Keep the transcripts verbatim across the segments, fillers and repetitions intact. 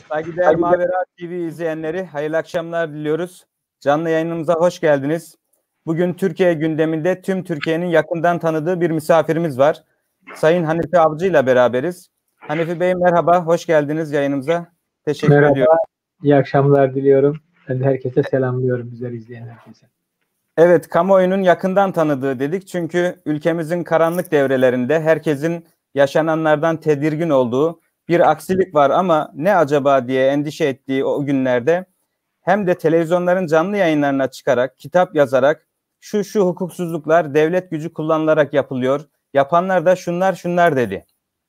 Saygıdeğer Mavera T V izleyenleri, hayırlı akşamlar diliyoruz. Canlı yayınımıza hoş geldiniz. Bugün Türkiye gündeminde tüm Türkiye'nin yakından tanıdığı bir misafirimiz var. Sayın Hanifi Avcı ile beraberiz. Hanifi Bey merhaba, hoş geldiniz yayınımıza. Teşekkür Merhaba, ediyorum. iyi akşamlar diliyorum. Ben de herkese selamlıyorum, bizleri izleyen herkese. Evet, kamuoyunun yakından tanıdığı dedik. Çünkü ülkemizin karanlık devrelerinde herkesin yaşananlardan tedirgin olduğu bir aksilik var ama ne acaba diye endişe ettiği o günlerde hem de televizyonların canlı yayınlarına çıkarak, kitap yazarak şu şu hukuksuzluklar devlet gücü kullanılarak yapılıyor. Yapanlar da şunlar şunlar dedi.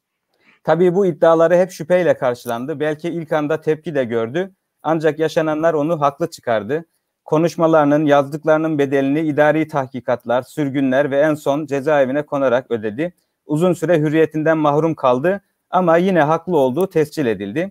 Tabii bu iddiaları hep şüpheyle karşılandı. Belki ilk anda tepki de gördü. Ancak yaşananlar onu haklı çıkardı. Konuşmalarının, yazdıklarının bedelini idari tahkikatlar, sürgünler ve en son cezaevine konarak ödedi. Uzun süre hürriyetinden mahrum kaldı ama yine haklı olduğu tescil edildi.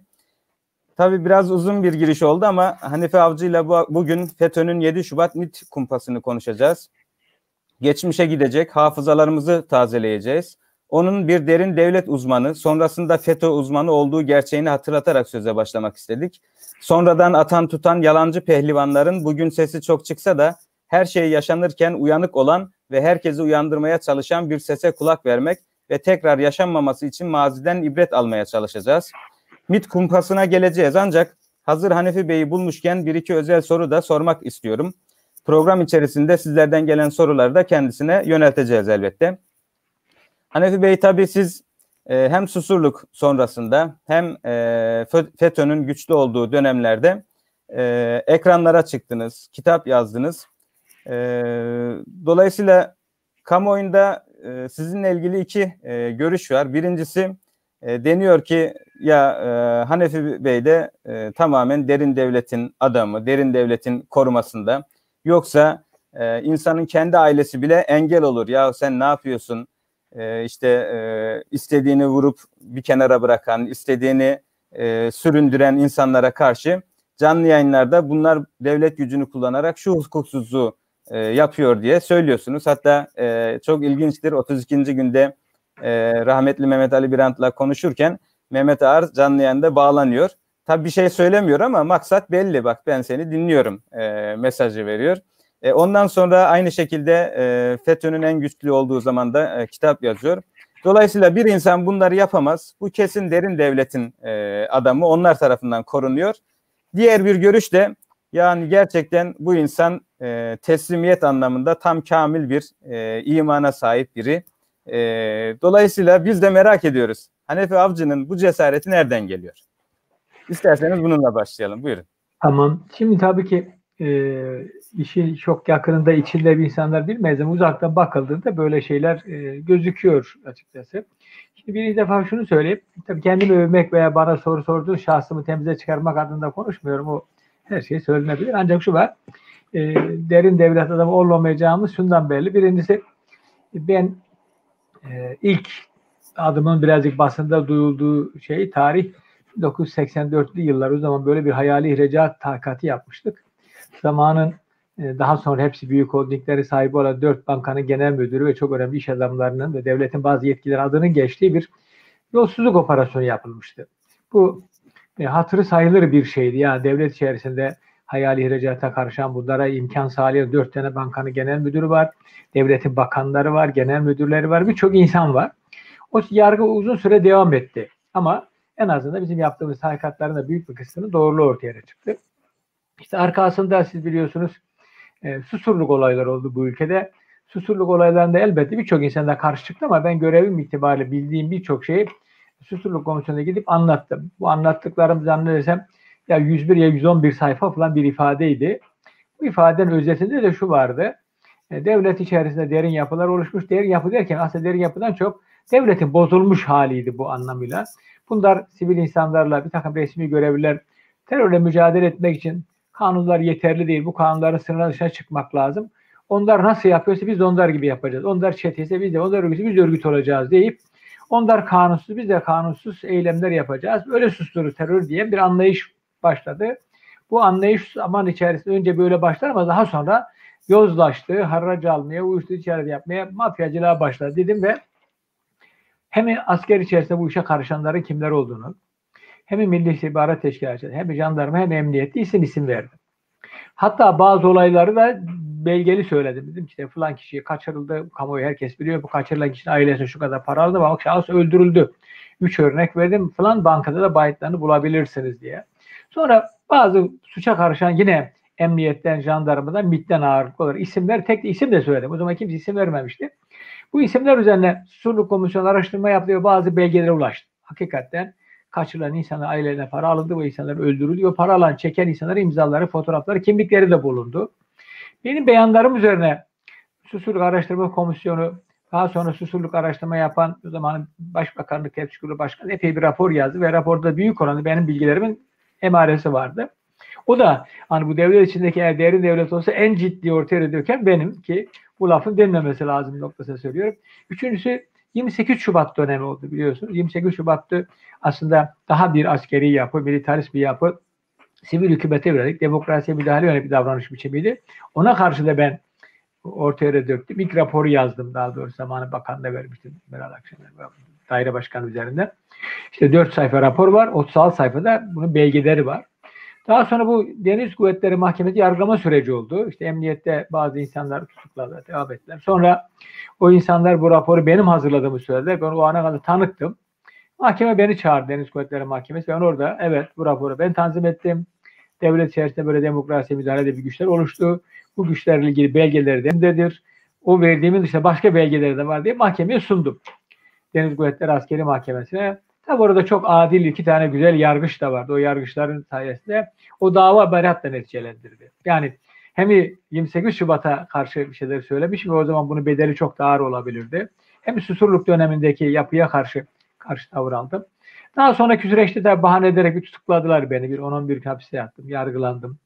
Tabii biraz uzun bir giriş oldu ama Hanifi Avcı ile bu, bugün FETÖ'nün yedi Şubat MİT kumpasını konuşacağız. Geçmişe gidecek, hafızalarımızı tazeleyeceğiz. Onun bir derin devlet uzmanı, sonrasında FETÖ uzmanı olduğu gerçeğini hatırlatarak söze başlamak istedik. Sonradan atan tutan yalancı pehlivanların bugün sesi çok çıksa da her şey yaşanırken uyanık olan ve herkesi uyandırmaya çalışan bir sese kulak vermek ve tekrar yaşanmaması için maziden ibret almaya çalışacağız. MİT kumpasına geleceğiz ancak hazır Hanifi Bey'i bulmuşken bir iki özel soru da sormak istiyorum. Program içerisinde sizlerden gelen soruları da kendisine yönelteceğiz elbette. Hanifi Bey, tabii siz e, hem Susurluk sonrasında hem e, FETÖ'nün güçlü olduğu dönemlerde e, ekranlara çıktınız, kitap yazdınız. E, dolayısıyla kamuoyunda e, sizinle ilgili iki e, görüş var. Birincisi e, deniyor ki ya e, Hanifi Bey de e, tamamen derin devletin adamı, derin devletin korumasında. Yoksa e, insanın kendi ailesi bile engel olur. Ya sen ne yapıyorsun? E, işte e, istediğini vurup bir kenara bırakan, istediğini e, süründüren insanlara karşı canlı yayınlarda bunlar devlet gücünü kullanarak şu hukuksuzluğu e, yapıyor diye söylüyorsunuz. Hatta e, çok ilginçtir, otuz ikinci günde e, rahmetli Mehmet Ali Birant'la konuşurken Mehmet Ağar canlı yayında bağlanıyor. Tabii bir şey söylemiyor ama maksat belli, bak ben seni dinliyorum e, mesajı veriyor. E, ondan sonra aynı şekilde e, FETÖ'nün en güçlü olduğu zaman da e, kitap yazıyor. Dolayısıyla bir insan bunları yapamaz. Bu kesin derin devletin e, adamı, onlar tarafından korunuyor. Diğer bir görüş de yani gerçekten bu insan e, teslimiyet anlamında tam kamil bir e, imana sahip biri. E, dolayısıyla biz de merak ediyoruz. Hanifi Avcı'nın bu cesareti nereden geliyor? İsterseniz bununla başlayalım. Buyurun. Tamam. Şimdi tabii ki e, işin çok yakınında, içinde bir insanlar bilmez ama uzaktan bakıldığında böyle şeyler e, gözüküyor açıkçası. Şimdi bir defa şunu söyleyeyim. Tabii kendimi övmek veya bana soru sorduğu şahsımı temize çıkarmak adında konuşmuyorum. O her şey söylenebilir. Ancak şu var. E, derin devlet adamı olmamayacağımız şundan belli. Birincisi ben e, ilk adımın birazcık basında duyulduğu şey tarih bin dokuz yüz seksen dörtlü yıllar. O zaman böyle bir hayali ihracat takati yapmıştık. Zamanın e, daha sonra hepsi büyük holdingleri sahibi olan dört bankanın genel müdürü ve çok önemli iş adamlarının ve devletin bazı yetkileri adının geçtiği bir yolsuzluk operasyonu yapılmıştı. Bu e, hatırı sayılır bir şeydi. Yani devlet içerisinde hayali ihracata karışan, bunlara imkan sağlayan dört tane bankanın genel müdürü var. Devletin bakanları var, genel müdürleri var, birçok insan var. O yargı uzun süre devam etti. Ama en azından bizim yaptığımız tahkikatların da büyük bir kısmının doğruluğu ortaya çıktı. İşte arkasında siz biliyorsunuz e, Susurluk olayları oldu bu ülkede. Susurluk olaylarında elbette birçok insan da karşı çıktı ama ben görevim itibariyle bildiğim birçok şeyi Susurluk Komisyonu'na gidip anlattım. Bu anlattıklarım zannedersem ya yüz bir ya yüz on bir sayfa falan bir ifadeydi. Bu ifadenin özetinde de şu vardı. E, devlet içerisinde derin yapılar oluşmuş. Derin yapı derken aslında derin yapıdan çok devletin bozulmuş haliydi bu anlamıyla. Bunlar sivil insanlarla bir takım resmi görevliler terörle mücadele etmek için kanunlar yeterli değil. Bu kanunların sınırları dışına çıkmak lazım. Onlar nasıl yapıyorsa biz de onlar gibi yapacağız. Onlar çeteyse biz de onlar örgütü, biz de örgüt olacağız deyip onlar kanunsuz, biz de kanunsuz eylemler yapacağız. Öyle susturur terör diye bir anlayış başladı. Bu anlayış zaman içerisinde önce böyle başlar ama daha sonra yozlaştı, harac almaya, uyuşturucu ticaret yapmaya, mafyacılığa başladı dedim ve hem asker içerisinde bu işe karışanların kimler olduğunu, hem Milli İstihbarat Teşkilatı hem jandarma hem emniyette isim isim verdim. Hatta bazı olayları da belgeli söyledim. Dedim ki işte falan kişiye kaçırıldı. Kamuoyu herkes biliyor. Bu kaçırılan kişinin ailesi şu kadar para aldı. Bak şahıs öldürüldü. Üç örnek verdim. Falan bankada da bayitlerini bulabilirsiniz diye. Sonra bazı suça karışan yine emniyetten, jandarmadan, MİT'ten ağırlıklı olarak isimler, tek de isim de söyledim. O zaman kimse isim vermemişti. Bu isimler üzerine Susurluk Komisyonu araştırma yaptı ve bazı belgelere ulaştı. Hakikaten kaçırılan insanların ailelerine para alındı. Bu insanlar öldürülüyor. Para alan, çeken insanların imzaları, fotoğrafları, kimlikleri de bulundu. Benim beyanlarım üzerine Susurluk Araştırma Komisyonu, daha sonra Susurluk Araştırma yapan o zaman Başbakanlık Teftiş Kurulu Başkanı epey bir rapor yazdı ve raporda büyük oranda benim bilgilerimin emaresi vardı. O da hani bu devlet içindeki eğer derin devlet olsa en ciddi ortaya döken benim, ki bu lafın denmemesi lazım noktasına söylüyorum. Üçüncüsü yirmi sekiz Şubat dönemi oldu biliyorsunuz. yirmi sekiz Şubat'ta aslında daha bir askeri yapı, militarist bir yapı, sivil hükümete yönelik demokrasiye müdahale yönelik bir davranış biçimiydi. Ona karşı da ben ortaya döktüm. İlk raporu yazdım daha doğrusu, zamanı bakanlığa vermiştim. Meral Akşener daire başkanı üzerinden. İşte dört sayfa rapor var. otuz altı sayfada bunun belgeleri var. Daha sonra bu Deniz Kuvvetleri Mahkemesi yargılama süreci oldu. İşte emniyette bazı insanlar tutukladılar, devam ettiler. Sonra o insanlar bu raporu benim hazırladığımı söylediler. Ben o ana kadar tanıktım. Mahkeme beni çağırdı, Deniz Kuvvetleri Mahkemesi. Ben orada evet bu raporu ben tanzim ettim. Devlet içerisinde böyle demokrasiye müdahale bir güçler oluştu. Bu güçlerle ilgili belgeleri de elimdedir. O verdiğimin dışında başka belgeleri de var diye mahkemeye sundum. Deniz Kuvvetleri Askeri Mahkemesi'ne. Tabi orada çok adil iki tane güzel yargıç da vardı. O yargıçların sayesinde o dava beraatla neticelendirdi. Yani hem yirmi sekiz Şubat'a karşı bir şeyler söylemiş ve o zaman bunun bedeli çok daha ağır olabilirdi. Hem Susurluk dönemindeki yapıya karşı karşı tavır aldım. Daha sonraki süreçte de bahane ederek bir tutukladılar beni. Bir on on bir gün hapiste yattım, yargılandım.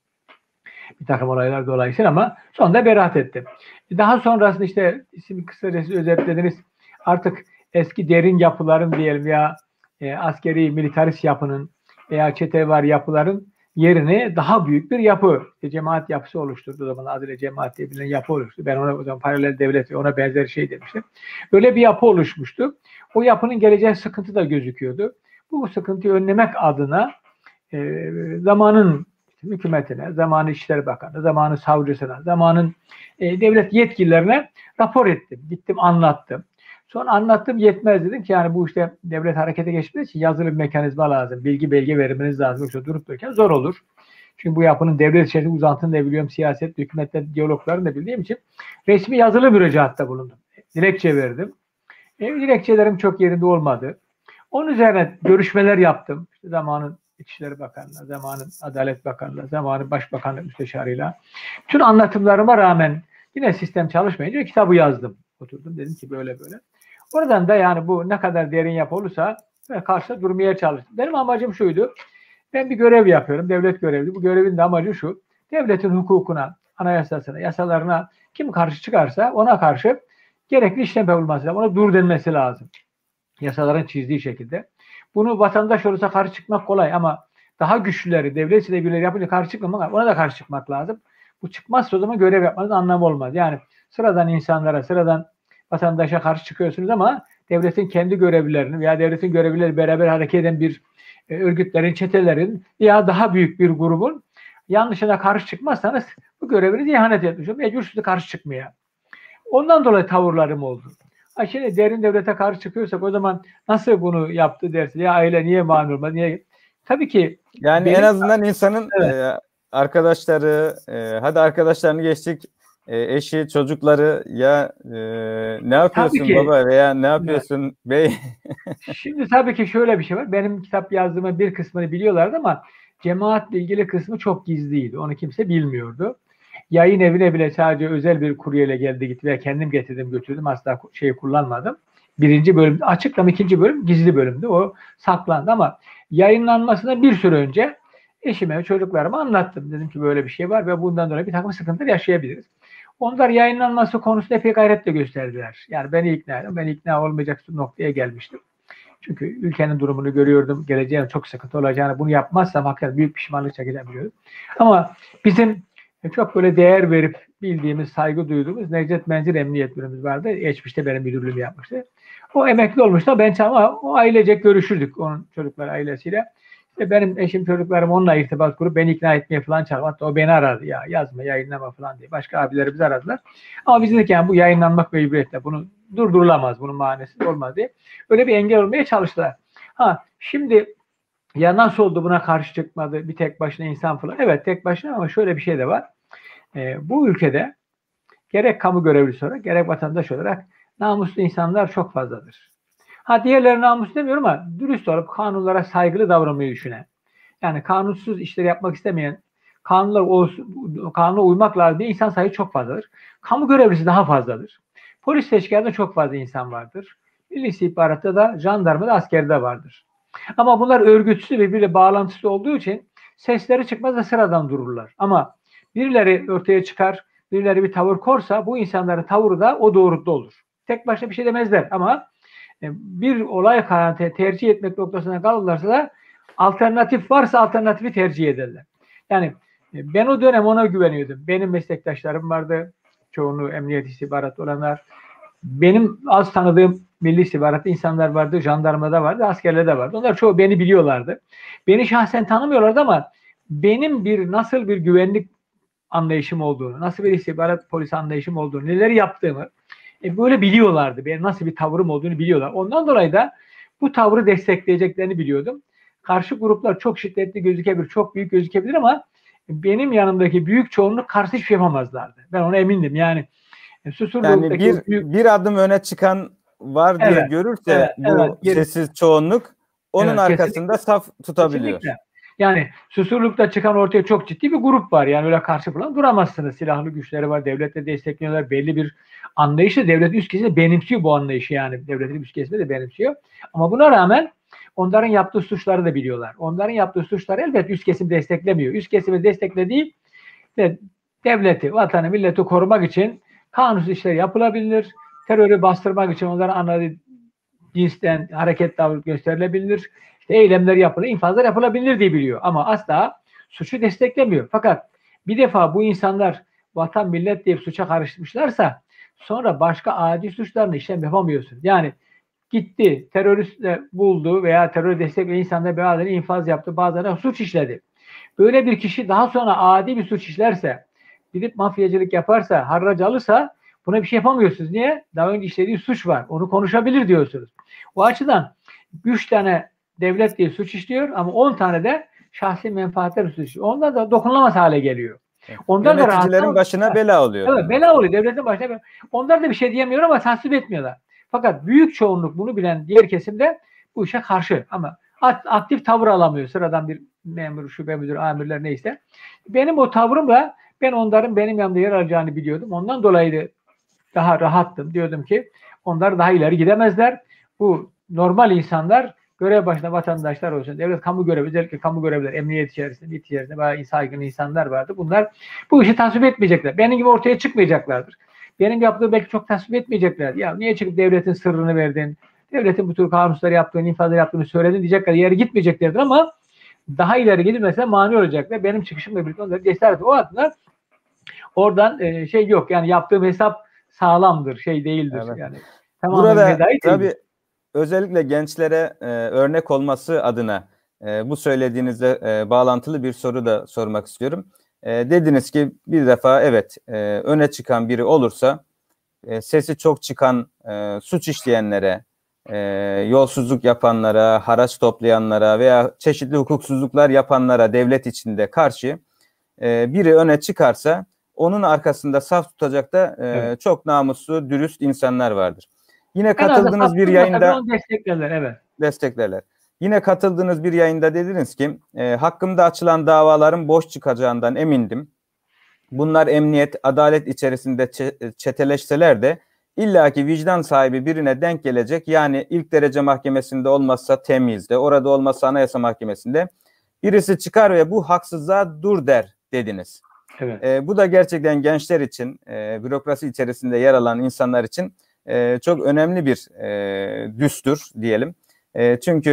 Bir takım olaylar dolayısıyla ama sonunda beraat ettim. Daha sonrasında işte isim kısaca siz özetlediniz. Artık eski derin yapıların diyelim ya e, askeri militarist yapının veya çetevar yapıların yerine daha büyük bir yapı, e, cemaat yapısı oluşturdu. O zaman adıyla cemaat diye bilinen yapı oluştu. Ben ona o zaman paralel devlet ve ona benzer şey demiştim. Öyle bir yapı oluşmuştu. O yapının geleceği sıkıntı da gözüküyordu. Bu sıkıntıyı önlemek adına e, zamanın hükümetine, zamanın İçişleri Bakanı, zamanın savcısına, zamanın e, devlet yetkililerine rapor ettim. Gittim anlattım. Sonra anlattım yetmez dedim ki yani bu işte devlet harekete geçmesi için yazılı bir mekanizma lazım. Bilgi belge vermeniz lazım. Yoksa durup dururken zor olur. Çünkü bu yapının devlet içerisinde uzantını da biliyorum. Siyaset, hükümetle diyaloglarını da bildiğim için resmi yazılı müracaatta bulundum. Dilekçe verdim. E, dilekçelerim çok yerinde olmadı. Onun üzerine görüşmeler yaptım. İşte zamanın İçişleri Bakanı'na, zamanın Adalet Bakanı'na, zamanın Başbakanlık Müsteşarı'yla. Bütün anlatımlarıma rağmen yine sistem çalışmayınca kitabı yazdım. Oturdum dedim ki böyle böyle. Oradan da yani bu ne kadar derin yapı olursa karşıda durmaya çalıştım. Benim amacım şuydu. Ben bir görev yapıyorum. Devlet görevi. Bu görevin de amacı şu. Devletin hukukuna, anayasasına, yasalarına kim karşı çıkarsa ona karşı gerekli işlem yapılması lazım. Ona dur denmesi lazım. Yasaların çizdiği şekilde. Bunu vatandaş olursa karşı çıkmak kolay ama daha güçlüleri, devlet içinde birileri yapınca karşı çıkmamak, ona da karşı çıkmak lazım. Bu çıkmazsa o zaman görev yapmanın anlamı olmaz. Yani sıradan insanlara, sıradan vatandaşa karşı çıkıyorsunuz ama devletin kendi görevlilerini veya devletin görevlileri beraber hareket eden bir e, örgütlerin, çetelerin veya daha büyük bir grubun yanlışına karşı çıkmazsanız bu görevinizi ihanet etmiş olur. Mecbursunuz karşı çıkmaya. Ondan dolayı tavırlarım oldu. Ha şimdi derin devlete karşı çıkıyorsak o zaman nasıl bunu yaptı dersin? Ya aile niye mani olmadı? Niye? Tabii ki. Yani benim, en azından insanın evet. e, arkadaşları, e, hadi arkadaşlarını geçtik, e, eşi, çocukları ya e, ne yapıyorsun ki, baba veya ne yapıyorsun evet. bey? Şimdi tabii ki şöyle bir şey var. Benim kitap yazdığımın bir kısmını biliyorlardı ama cemaatle ilgili kısmı çok gizliydi. Onu kimse bilmiyordu. Yayın evine bile sadece özel bir kuryeyle geldi gitti veya kendim getirdim götürdüm. Asla şeyi kullanmadım. Birinci bölüm açıklama, ikinci bölüm gizli bölümdü. O saklandı ama yayınlanmasına bir süre önce eşime ve çocuklarıma anlattım. Dedim ki böyle bir şey var ve bundan dolayı bir takım sıkıntılar yaşayabiliriz. Onlar yayınlanması konusunda epey gayret de gösterdiler. Yani beni ikna ettim. Ben ikna olmayacak noktaya gelmiştim. Çünkü ülkenin durumunu görüyordum. Geleceğin çok sıkıntı olacağını, bunu yapmazsam hakikaten büyük pişmanlık çekeceğim biliyordum. Ama bizim çok böyle değer verip bildiğimiz, saygı duyduğumuz Necdet Menzil Emniyet Müdürümüz vardı. Geçmişte benim müdürlüğümü yapmıştı. O emekli olmuştu. Ben ama o ailecek görüşürdük onun çocukları ailesiyle. İşte benim eşim, çocuklarım onunla irtibat kurup beni ikna etmeye falan çalıştı. Hatta o beni aradı, ya yazma, yayınlama falan diye. Başka abilerimiz aradılar. Ama biz dedik yani bu yayınlanmak ve ibretle, bunu durdurulamaz, bunun manesi olmaz diye. Öyle bir engel olmaya çalıştılar. Ha şimdi ya nasıl oldu buna karşı çıkmadı bir tek başına insan falan? Evet, tek başına, ama şöyle bir şey de var. Ee, bu ülkede gerek kamu görevlisi olarak gerek vatandaş olarak namuslu insanlar çok fazladır. Ha diğerleri namus demiyorum, ama dürüst olup kanunlara saygılı davranmayı düşünen, yani kanunsuz işleri yapmak istemeyen, kanunlar olsun, kanuna uymak lazım diye insan sayısı çok fazladır. Kamu görevlisi daha fazladır. Polis teşkilatında çok fazla insan vardır. Milli istihbaratta da, jandarmada, askerde vardır. Ama bunlar örgütsüz, birbiriyle bağlantısı olduğu için sesleri çıkmaz da sıradan dururlar. Ama birileri ortaya çıkar, birileri bir tavır korsa bu insanların tavrı da o doğrultuda olur. Tek başına bir şey demezler, ama bir olay kararını tercih etmek noktasına kalırlarsa da alternatif varsa alternatifi tercih ederler. Yani ben o dönem ona güveniyordum. Benim meslektaşlarım vardı. Çoğunluğu emniyet istihbaratı olanlar. Benim az tanıdığım milli istihbaratlı insanlar vardı. Jandarmada vardı, askerlerde vardı. Onlar çoğu beni biliyorlardı. Beni şahsen tanımıyorlardı, ama benim bir nasıl bir güvenlik anlayışım olduğunu, nasıl bir istihbarat polis anlayışım olduğunu, neler yaptığımı e, böyle biliyorlardı. Benim nasıl bir tavrım olduğunu biliyorlar. Ondan dolayı da bu tavrı destekleyeceklerini biliyordum. Karşı gruplar çok şiddetli gözükebilir, çok büyük gözükebilir, ama benim yanımdaki büyük çoğunluk karşı hiçbir şey yapamazlardı. Ben ona emindim. Yani Yani bir büyük... bir adım öne çıkan var diye evet, görürse evet, bu evet, sessiz çoğunluk onun evet, arkasında kesinlikle, saf tutabiliyor. kesinlikle. Yani Susurluk'ta çıkan ortaya çok ciddi bir grup var. Yani öyle karşı falan duramazsınız. Silahlı güçleri var. Devletle destekliyorlar. Belli bir anlayışı, devlet üst kesimi benimsiyor bu anlayışı yani. Devletin üst kesimi de benimsiyor. Ama buna rağmen onların yaptığı suçları da biliyorlar. Onların yaptığı suçları elbet üst kesim desteklemiyor. Üst kesimi desteklediği de devleti, vatanı, milleti korumak için kanunsuz işler yapılabilir. Terörü bastırmak için onların anladığı cinsten hareket davranış gösterilebilir. İşte eylemler yapılır, infazlar yapılabilir diye biliyor. Ama asla suçu desteklemiyor. Fakat bir defa bu insanlar vatan millet diye suça karışmışlarsa sonra başka adi suçlarını işlem yapamıyorsun. Yani gitti teröristle buldu veya terör destekleyen insanlar bazıları infaz yaptı, bazıları suç işledi. Böyle bir kişi daha sonra adi bir suç işlerse, gidip mafyacılık yaparsa, harrac alırsa buna bir şey yapamıyorsunuz. Niye? Daha önce işlediği suç var. Onu konuşabilir diyorsunuz. O açıdan üç tane devlet diye suç işliyor, ama on tane de şahsi menfaatler suç işliyor. Ondan da dokunulamaz hale geliyor. Ondan da yöneticilerin başına bela oluyor. Evet, bela oluyor. Devletin başına bela. Onlar da bir şey diyemiyor ama tasvip etmiyorlar. Fakat büyük çoğunluk, bunu bilen diğer kesimde bu işe karşı, ama aktif tavır alamıyor. Sıradan bir memur, şube müdürü, amirler neyse. Benim o tavrımla ben onların benim yanımda yer alacağını biliyordum. Ondan dolayı daha rahattım. Diyordum ki onlar daha ileri gidemezler. Bu normal insanlar, görev başında vatandaşlar olsun, devlet kamu görevi, özellikle kamu görevliler, emniyet içerisinde, bit içerisinde bayağı saygın insanlar vardı. Bunlar bu işi tasvip etmeyecekler. Benim gibi ortaya çıkmayacaklardır. Benim yaptığım belki çok tasvip etmeyecekler. Ya niye çıkıp devletin sırrını verdin, devletin bu tür kanunları yaptığını, infazları yaptığını söyledin diyecekler. Yere gitmeyeceklerdir, ama daha ileri gidip mesela mani olacaklar. Benim çıkışımla birlikte onları cesaret. O adına oradan e, şey yok. Yani yaptığım hesap sağlamdır, şey değildir. Evet. Yani tamamen burada tabii özellikle gençlere e, örnek olması adına e, bu söylediğinizle e, bağlantılı bir soru da sormak istiyorum. E, dediniz ki bir defa evet e, öne çıkan biri olursa e, sesi çok çıkan e, suç işleyenlere, e, yolsuzluk yapanlara, haraç toplayanlara veya çeşitli hukuksuzluklar yapanlara devlet içinde karşı e, biri öne çıkarsa onun arkasında saf tutacak da e, evet. çok namuslu, dürüst insanlar vardır. Yine katıldığınız bir yayında desteklerler, evet. Desteklerler. Yine katıldığınız bir yayında dediniz ki e, hakkımda açılan davaların boş çıkacağından emindim. Bunlar emniyet, adalet içerisinde çeteleşseler de illaki vicdan sahibi birine denk gelecek. Yani ilk derece mahkemesinde olmazsa temizde, orada olmazsa anayasa mahkemesinde birisi çıkar ve bu haksızlığa dur der dediniz. Evet. E, bu da gerçekten gençler için, e, bürokrasi içerisinde yer alan insanlar için e, çok önemli bir e, düstur diyelim. E, çünkü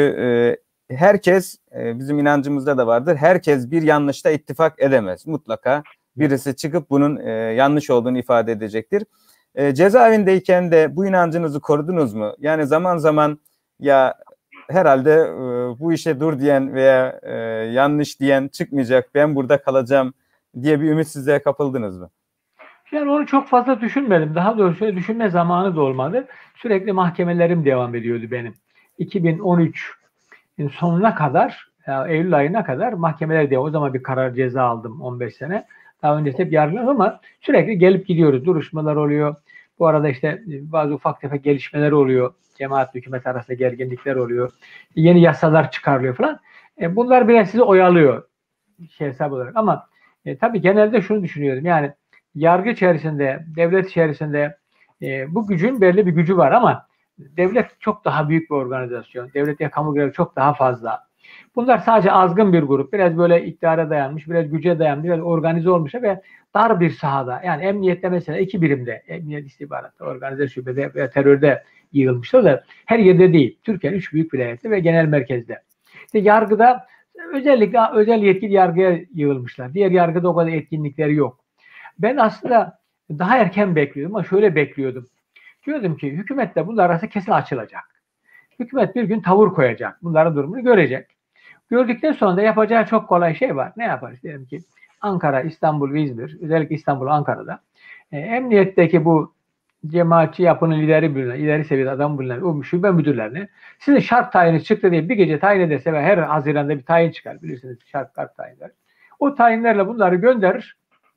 e, herkes, e, bizim inancımızda da vardır, herkes bir yanlışta ittifak edemez. Mutlaka birisi çıkıp bunun e, yanlış olduğunu ifade edecektir. E, cezaevindeyken de bu inancınızı korudunuz mu? Yani zaman zaman ya herhalde e, bu işe dur diyen veya e, yanlış diyen çıkmayacak, ben burada kalacağım diye bir ümitsizliğe kapıldınız mı? Yani onu çok fazla düşünmedim. Daha doğrusu şöyle düşünme zamanı da olmadı. Sürekli mahkemelerim devam ediyordu benim. iki bin on üçün sonuna kadar, yani Eylül ayına kadar mahkemeler devam. O zaman bir karar ceza aldım on beş sene. Daha önce hep yargılandım ama sürekli gelip gidiyoruz. Duruşmalar oluyor. Bu arada işte bazı ufak tefek gelişmeler oluyor. Cemaat hükümet arasında gerginlikler oluyor. Yeni yasalar çıkarılıyor falan. E, bunlar biraz sizi oyalıyor şey hesap olarak. Ama e, tabii genelde şunu düşünüyorum. Yani yargı içerisinde, devlet içerisinde e, bu gücün belli bir gücü var ama devlet çok daha büyük bir organizasyon. Devlet ya kamu görevi çok daha fazla. Bunlar sadece azgın bir grup. Biraz böyle iktidara dayanmış, biraz güce dayanmış, biraz organize olmuş ve dar bir sahada. Yani emniyette mesela iki birimde, emniyet istihbaratta, organize şubede ve terörde yığılmışlar da her yerde değil. Türkiye'nin üç büyük vilayeti ve genel merkezde. İşte yargıda özellikle özel yetkili yargıya yığılmışlar. Diğer yargıda o kadar etkinlikleri yok. Ben aslında daha erken bekliyordum ama şöyle bekliyordum. Diyordum ki hükümetle bunlar arası kesin açılacak. Hükümet bir gün tavır koyacak. Bunların durumunu görecek. Gördükten sonra da yapacağı çok kolay şey var. Ne yaparız? Diyelim ki Ankara, İstanbul ve İzmir, özellikle İstanbul, Ankara'da e, emniyetteki bu cemaatçi yapının lideri bulunan, ileri seviyede adam bulunan o şube müdürlerini sizin şart tayini çıktı diye bir gece tayin ederse ve her Haziran'da bir tayin çıkar. Bilirsiniz şart kart tayinler. O tayinlerle bunları gönderir.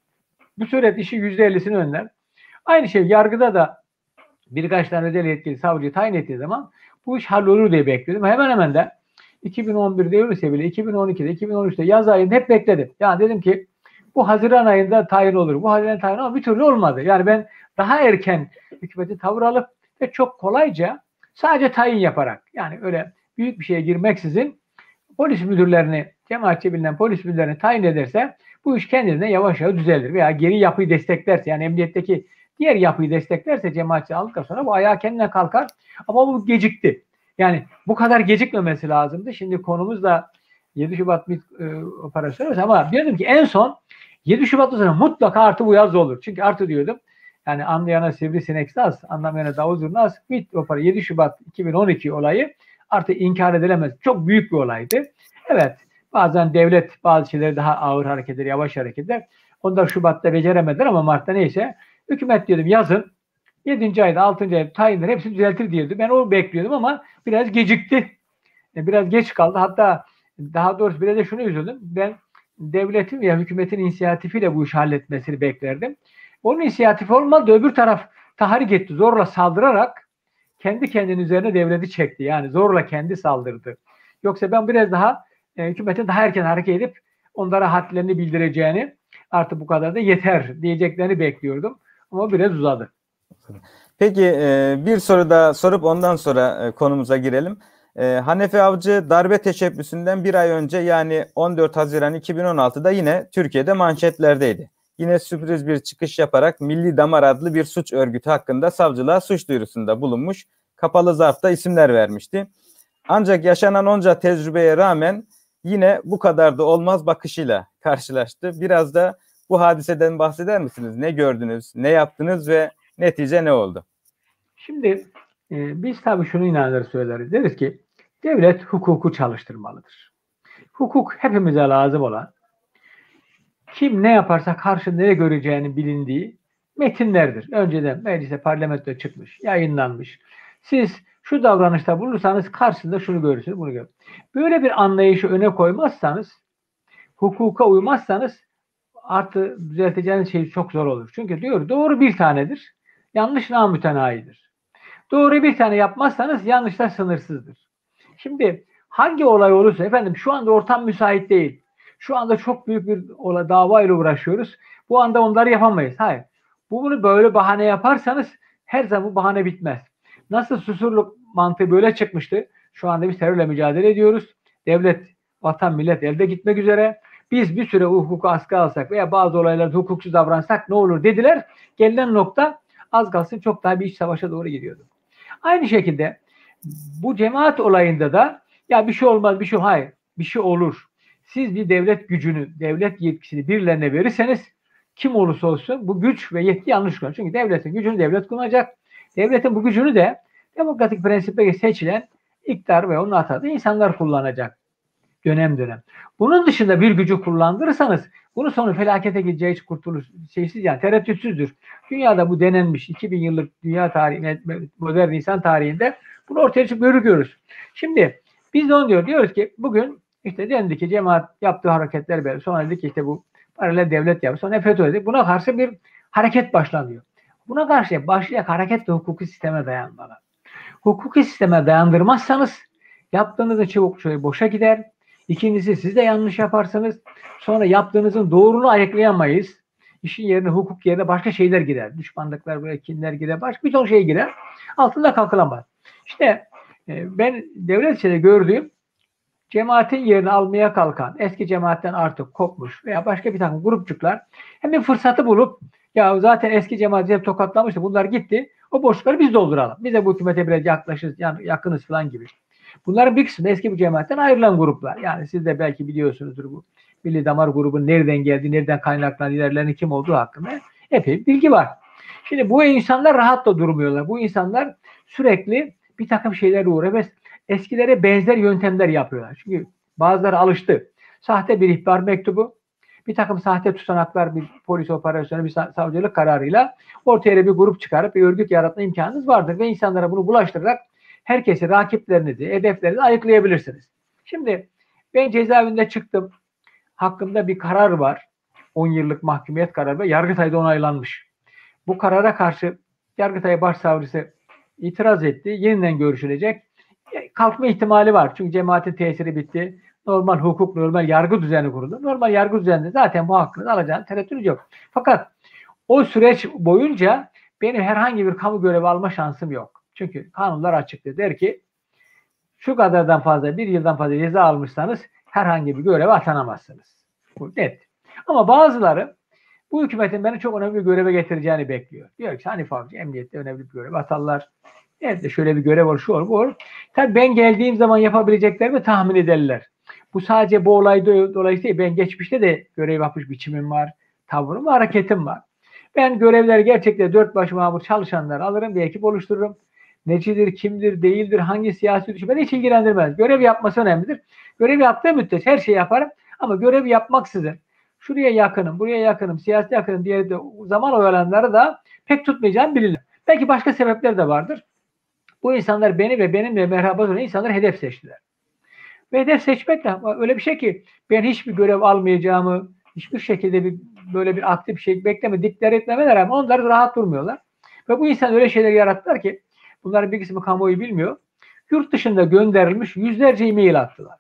Bu suret işi yüzde ellisini önler. Aynı şey yargıda da birkaç tane özel yetkili savcıyı tayin ettiği zaman bu iş hallolur diye bekliyordum. Hemen hemen de iki bin on birde öyleyse bile iki bin on ikide, iki bin on üçte yaz ayında hep bekledim. Yani dedim ki bu Haziran ayında tayin olur. Bu Haziran tayin ama bir türlü olmadı. Yani ben daha erken hükümeti tavır alıp ve çok kolayca sadece tayin yaparak, yani öyle büyük bir şeye girmeksizin polis müdürlerini, cemaatçi bilinen polis müdürlerini tayin ederse bu iş kendine yavaş yavaş düzelir. Veya geri yapıyı desteklerse, yani emniyetteki diğer yapıyı desteklerse cemaatçi aldıktan sonra bu ayağa kendine kalkar. Ama bu gecikti. Yani bu kadar gecikmemesi lazımdı. Şimdi konumuz da yedi Şubat e, operasyonu ama diyordum ki en son yedi Şubat'ta sonra mutlaka artı bu yaz olur. Çünkü artı diyordum. Yani anlayana sivrisinek az, anlamayana davul zurna az. yedi Şubat iki bin on iki olayı artık inkar edilemez. Çok büyük bir olaydı. Evet, bazen devlet bazı şeyleri daha ağır hareket eder, yavaş hareket eder. Onlar Şubat'ta beceremediler ama Mart'ta neyse. Hükümet diyordum yazın yedinci ayda, altıncı ayda tayinler hepsini düzeltir diyordu. Ben onu bekliyordum ama biraz gecikti. Biraz geç kaldı. Hatta daha doğrusu biraz da şunu üzüldüm. Ben devletin veya hükümetin inisiyatifiyle bu işi halletmesini beklerdim. Onun inisiyatifi olmadı. Öbür taraf tahrik etti. Zorla saldırarak kendi kendinin üzerine devleti çekti. Yani zorla kendi saldırdı. Yoksa ben biraz daha e, hükümetin daha erken hareket edip onlara hadlerini bildireceğini, artık bu kadar da yeter diyeceklerini bekliyordum. Ama biraz uzadı. Peki bir soru daha sorup ondan sonra konumuza girelim. Hanefi Avcı darbe teşebbüsünden bir ay önce, yani on dört Haziran iki bin on altıda yine Türkiye'de manşetlerdeydi. Yine sürpriz bir çıkış yaparak Milli Damar adlı bir suç örgütü hakkında savcılığa suç duyurusunda bulunmuş, kapalı zarfta isimler vermişti. Ancak yaşanan onca tecrübeye rağmen yine bu kadar da olmaz bakışıyla karşılaştı. Biraz da bu hadiseden bahseder misiniz? Ne gördünüz, ne yaptınız ve netice ne oldu? Şimdi e, biz tabii şunu inanır söyleriz. Deriz ki devlet hukuku çalıştırmalıdır. Hukuk hepimize lazım olan, kim ne yaparsa karşı nereye göreceğini bilindiği metinlerdir. Önceden meclise, parlamentoya çıkmış, yayınlanmış. Siz şu davranışta bulursanız karşısında şunu görürsünüz, bunu görürsünüz. Böyle bir anlayışı öne koymazsanız, hukuka uymazsanız artı düzelteceğiniz şey çok zor olur. Çünkü diyor doğru bir tanedir, yanlış namütenayidir. Doğru bir tane yapmazsanız yanlışlar sınırsızdır. Şimdi hangi olay olursa, efendim şu anda ortam müsait değil. Şu anda çok büyük bir olay, davayla uğraşıyoruz. Bu anda onları yapamayız. Hayır. Bunu böyle bahane yaparsanız her zaman bu bahane bitmez. Nasıl Susurluk mantığı böyle çıkmıştı. Şu anda biz terörle mücadele ediyoruz. Devlet, vatan, millet elde gitmek üzere. Biz bir süre hukuku askı alsak veya bazı olaylarda hukuksuz davransak ne olur dediler. Gelinen nokta az kalsın çok daha bir iç savaşa doğru gidiyordu. Aynı şekilde bu cemaat olayında da ya bir şey olmaz, bir şey hayır, bir şey olur. Siz bir devlet gücünü, devlet yetkisini birilerine verirseniz kim olursa olsun bu güç ve yetki yanlış kullanır. Çünkü devletin gücünü devlet kullanacak. Devletin bu gücünü de demokratik prensiple seçilen iktidar ve onun atadığı insanlar kullanacak dönem dönem. Bunun dışında bir gücü kullandırırsanız bunun sonu felakete gideceği hiç kurtuluş şeysiz yani tereddütsüzdür. Dünyada bu denenmiş. iki bin yıllık dünya tarihi, modern insan tarihinde bunu ortaya çıkıp görüyoruz. Şimdi biz de onu diyor. Diyoruz ki bugün işte dendi ki cemaat yaptığı hareketler böyle. Sonra dedik ki işte bu paralel devlet yapıyor. Sonra FETÖ dedi. Buna karşı bir hareket başlanıyor. Buna karşı başlayan hareket de hukuki sisteme dayanmalı. Hukuki sisteme dayandırmazsanız yaptığınızın çabuk şöyle boşa gider. İkincisi siz de yanlış yaparsınız. Sonra yaptığınızın doğruluğunu ayıklayamayız. İşin yerine hukuk yerine başka şeyler girer. Düşmanlıklar, böyle kinler girer. Başka bir ton şey girer. Altında kalkılamaz. İşte e, ben devlet içinde gördüğüm cemaatin yerini almaya kalkan, eski cemaatten artık kopmuş veya başka bir takım grupçuklar hem bir fırsatı bulup ya zaten eski cemaat hep tokatlamıştı. Bunlar gitti. O boşlukları biz dolduralım. Biz de bu hükümete biraz yaklaşırız, yani yakınız falan gibi. Bunların bir kısmı eski bu cemaatten ayrılan gruplar. Yani siz de belki biliyorsunuzdur bu Milli Damar grubunun nereden geldiği, nereden kaynaklanan, liderlerinin kim olduğu hakkında epey bilgi var. Şimdi bu insanlar rahat da durmuyorlar. Bu insanlar sürekli bir takım şeylerle uğruyor ve eskilere benzer yöntemler yapıyorlar. Çünkü bazıları alıştı. Sahte bir ihbar mektubu, bir takım sahte tutanaklar, bir polis operasyonu, bir savcılık kararıyla ortaya bir grup çıkarıp bir örgüt yaratma imkanınız vardır ve insanlara bunu bulaştırarak herkesi, rakiplerinizi, hedeflerinizi ayıklayabilirsiniz. Şimdi ben cezaevinde çıktım. Hakkımda bir karar var. on yıllık mahkumiyet kararı ve Yargıtay'da onaylanmış. Bu karara karşı Yargıtay Başsavcısı itiraz etti. Yeniden görüşülecek. Kalkma ihtimali var. Çünkü cemaatin tesiri bitti. Normal hukuk, normal yargı düzeni kuruldu. Normal yargı düzeninde zaten bu hakkınızı alacağınız tereddüt yok. Fakat o süreç boyunca benim herhangi bir kamu görevi alma şansım yok. Çünkü kanunlar açıktır. Der ki şu kadardan fazla, bir yıldan fazla ceza almışsanız herhangi bir göreve atanamazsınız. Bu net. Ama bazıları bu hükümetin beni çok önemli bir göreve getireceğini bekliyor. Diyor ki Hanif Avcı emniyette önemli bir görev atarlar. Evet de şöyle bir görev var, şu olur, bu olur. Tabii ben geldiğim zaman yapabileceklerimi tahmin ederler. Bu sadece bu olayda dolayısıyla ben geçmişte de görev yapmış biçimim var, tavrım var, hareketim var. Ben görevleri gerçekten dört başı mamur çalışanlar alırım, bir ekip oluştururum. Necidir, kimdir, değildir, hangi siyasi düşün beni hiç ilgilendirmez. Görev yapması önemlidir. Görev yaptığı müddet her şeyi yaparım ama görev yapmaksızın şuraya yakınım, buraya yakınım, siyasi yakınım diye de zaman oyalanları da pek tutmayacağım bilinir. Belki başka sebepler de vardır. Bu insanlar beni ve benimle merhaba olan insanları hedef seçtiler. Ve hedef seçmekle öyle bir şey ki ben hiçbir görev almayacağımı, hiçbir şekilde bir böyle bir aktif bir şey beklemedikleri etmemeler ama onlar rahat durmuyorlar. Ve bu insan öyle şeyler yarattılar ki bunların bir kısmı kamuoyu bilmiyor. Yurt dışında gönderilmiş yüzlerce e-mail attılar.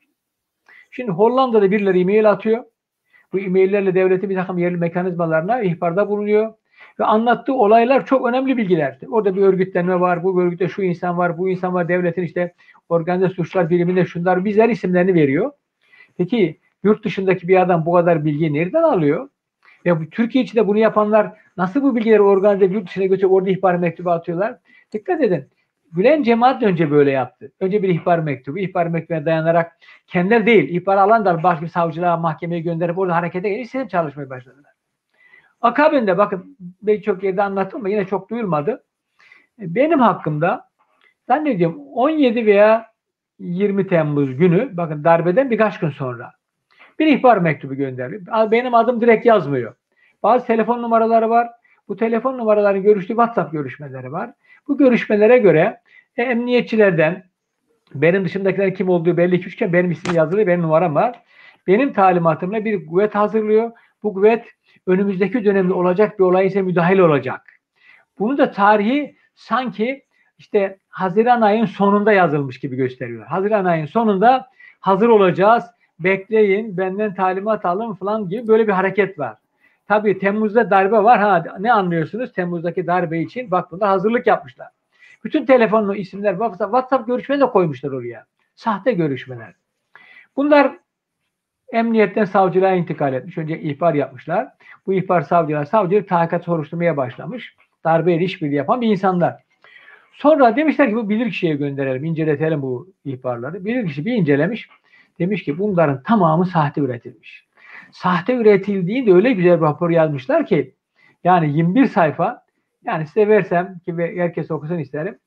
Şimdi Hollanda'da birileri e-mail atıyor. Bu e-maillerle devletin bir takım yerli mekanizmalarına ihbarda bulunuyor. Ve anlattığı olaylar çok önemli bilgilerdi. Orada bir örgütlenme var, bu örgütte şu insan var, bu insan var, devletin işte organize suçlar biriminde şunlar, bizler isimlerini veriyor. Peki yurt dışındaki bir adam bu kadar bilgiyi nereden alıyor? Ve bu, Türkiye içinde bunu yapanlar nasıl bu bilgileri organize yurt dışına götürüp orada ihbar mektubu atıyorlar? Dikkat edin. Gülen cemaat önce böyle yaptı. Önce bir ihbar mektubu, ihbar mektubuna dayanarak kendileri değil, ihbar alan da başka bir savcılığa, mahkemeye gönderip orada harekete gelip istedim çalışmaya başladılar. Akabinde bakın ben çok yerde anlattım ama yine çok duyulmadı. Benim hakkımda zannediyorum on yedi veya yirmi Temmuz günü bakın darbeden birkaç gün sonra bir ihbar mektubu gönderdi. Benim adım direkt yazmıyor. Bazı telefon numaraları var. Bu telefon numaralarının görüştüğü WhatsApp görüşmeleri var. Bu görüşmelere göre e, emniyetçilerden benim dışındakilerin kim olduğu belli ki üçgen benim ismim yazılı, benim numaram var. Benim talimatımla bir kuvvet hazırlıyor. Bu kuvvet önümüzdeki dönemde olacak bir olay ise müdahil olacak. Bunu da tarihi sanki işte Haziran ayın sonunda yazılmış gibi gösteriyor. Haziran ayın sonunda hazır olacağız, bekleyin, benden talimat alın falan gibi böyle bir hareket var. Tabii Temmuz'da darbe var. Ha, ne anlıyorsunuz? Temmuz'daki darbe için bak bunda hazırlık yapmışlar. Bütün telefonlu isimler WhatsApp, WhatsApp görüşmeleri de koymuşlar oraya. Sahte görüşmeler. Bunlar emniyetten savcılığa intikal etmiş. Önce ihbar yapmışlar. Bu ihbar savcılar, savcılık tahakkuk soruşturmaya başlamış. Darbeyle işbirliği yapan bir insanlar. Sonra demişler ki bu bilirkişiye gönderelim, inceletelim bu ihbarları. Bilirkişi bir incelemiş. Demiş ki bunların tamamı sahte üretilmiş. Sahte üretildiğinde öyle güzel bir rapor yazmışlar ki yani yirmi bir sayfa, yani size versem ki herkes okusun isterim.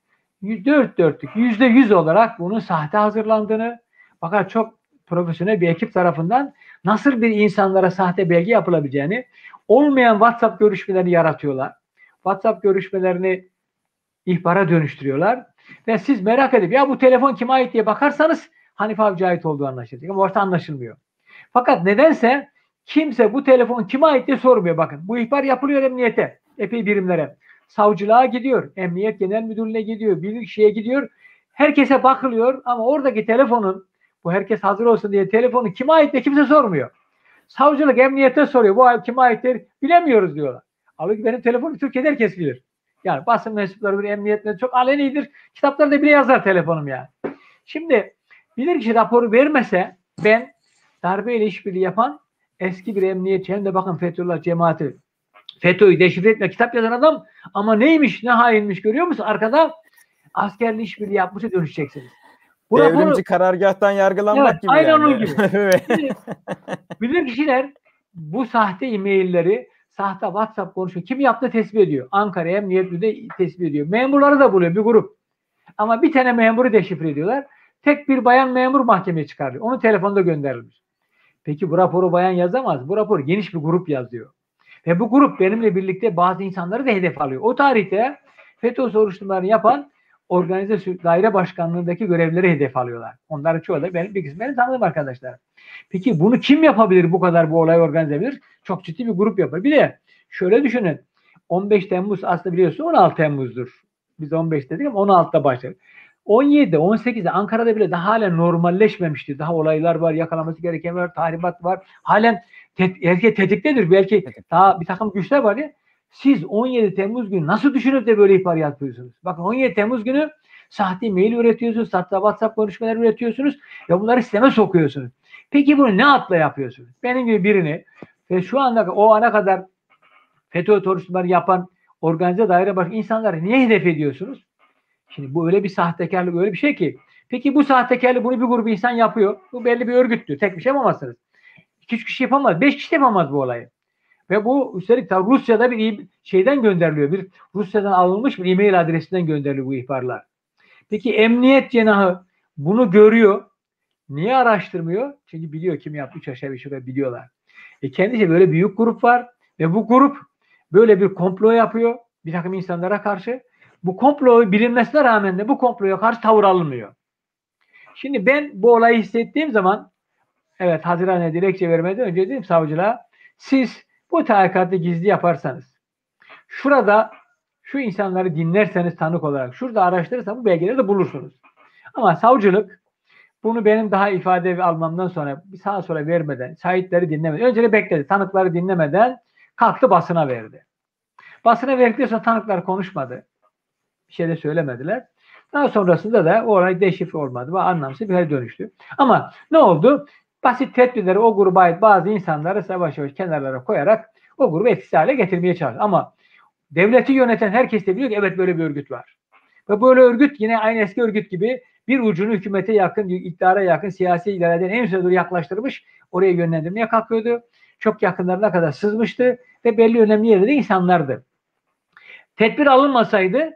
dört dörtlük yüzde yüz olarak bunun sahte hazırlandığını, fakat çok profesyonel bir ekip tarafından nasıl bir insanlara sahte belge yapılabileceğini, olmayan WhatsApp görüşmelerini yaratıyorlar. WhatsApp görüşmelerini ihbara dönüştürüyorlar ve siz merak edip ya bu telefon kime ait diye bakarsanız Hanife Avcı'ya ait olduğu anlaşılacak ama orta anlaşılmıyor. Fakat nedense kimse bu telefon kime ait diye sormuyor. Bakın bu ihbar yapılıyor emniyete, epey birimlere. Savcılığa gidiyor, Emniyet Genel Müdürlüğü'ne gidiyor, Bilirkişi'ye gidiyor. Herkese bakılıyor ama oradaki telefonun, bu herkes hazır olsun diye telefonu kime ait diye kimse sormuyor. Savcılık emniyete soruyor. Bu kime aittir? Bilemiyoruz diyorlar. Halbuki benim telefonum Türkiye'de herkes bilir. Yani basın mensupları bir emniyetle çok alenidir. Kitaplarda bile yazar telefonum yani. Şimdi bilirkişi raporu vermese ben darbeyle işbirliği yapan eski bir emniyetçi, hem de bakın Fethullah cemaati, FETÖ'yü deşifre etme kitap yazan adam ama neymiş, ne hainmiş görüyor musun? Arkada askerli işbirliği yapmışa dönüşeceksiniz. Bu Devrimci raporu, karargahtan yargılanmak evet, gibi aynen yani. Aynen onun gibi. Bilirkişiler bu sahte e-mailleri, sahte WhatsApp konuşuyor. Kim yaptı tespit ediyor. Ankara Emniyet Müdürlüğü tespit ediyor. Memurları da buluyor bir grup. Ama bir tane memuru deşifre ediyorlar. Tek bir bayan memur mahkemeye çıkarıyor. Onun telefonda gönderilmiş. Peki bu raporu bayan yazamaz. Bu raporu geniş bir grup yazıyor. Ve bu grup benimle birlikte bazı insanları da hedef alıyor. O tarihte FETÖ soruşturmalarını yapan organize daire başkanlığındaki görevlileri hedef alıyorlar. Onların çoğu da benim bir kısmı benim tanıdığım arkadaşlar. Peki bunu kim yapabilir, bu kadar bu olayı organize edebilir? Çok ciddi bir grup yapar. Bir de şöyle düşünün. on beş Temmuz aslında biliyorsun on altı Temmuz'dur. Biz on beş dedik ama on altıda başladık. on yedide, on sekizde Ankara'da bile daha halen normalleşmemişti. Daha olaylar var, yakalaması gereken var, tahribat var. Halen te- belki tetiktedir. Belki daha bir takım güçler var ya. Siz on yedi Temmuz günü nasıl düşünüp de böyle ihbar yapıyorsunuz? Bakın on yedi Temmuz günü sahte mail üretiyorsunuz, sahte WhatsApp görüşmeler üretiyorsunuz ve bunları sisteme sokuyorsunuz. Peki bunu ne atla yapıyorsunuz? Benim gibi birini ve şu anda o ana kadar FETÖ soruşturmaları yapan organize daire başkanı insanları niye hedef ediyorsunuz? Şimdi bu öyle bir sahtekarlık, öyle bir şey ki. Peki bu sahtekarlık bunu bir grup insan yapıyor. Bu belli bir örgüttür. Tek bir şey yapamazsınız. İki üç kişi yapamaz. Beş kişi yapamaz bu olayı. Ve bu üstelik tabii Rusya'da bir şeyden gönderiliyor. Bir Rusya'dan alınmış bir e-mail adresinden gönderiliyor bu ihbarlar. Peki emniyet cenahı bunu görüyor. Niye araştırmıyor? Çünkü biliyor kim yaptı. Üç aşağı beş yukarı biliyorlar. E kendisi böyle büyük grup var ve bu grup böyle bir komplo yapıyor bir takım insanlara karşı. Bu komployu bilinmesine rağmen de bu komploya karşı tavır alınmıyor. Şimdi ben bu olayı hissettiğim zaman evet Haziran'a dilekçe vermeden önce dedim savcılığa, siz bu tahkikatı gizli yaparsanız, şurada şu insanları dinlerseniz tanık olarak, şurada araştırırsanız bu belgeleri de bulursunuz. Ama savcılık bunu benim daha ifade almamdan sonra bir sağa sola vermeden, şahitleri dinlemeden, önce de bekledi. Tanıkları dinlemeden kalktı basına verdi. Basına verdikten sonra tanıklar konuşmadı. Bir şey de söylemediler. Daha sonrasında da o olay deşifre olmadı ve anlamsız bir hale dönüştü. Ama ne oldu? Basit tedbirleri o gruba ait bazı insanları yavaş yavaş kenarlara koyarak o grubu etkisiz hale getirmeye çalıştı. Ama devleti yöneten herkes de biliyor ki evet böyle bir örgüt var. Ve böyle örgüt yine aynı eski örgüt gibi bir ucunu hükümete yakın, iktidara yakın, siyasi idareden en üstüne doğru yaklaştırmış, oraya yönlendirmeye kalkıyordu. Çok yakınlarına kadar sızmıştı ve belli önemli yerlerde insanlardı. Tedbir alınmasaydı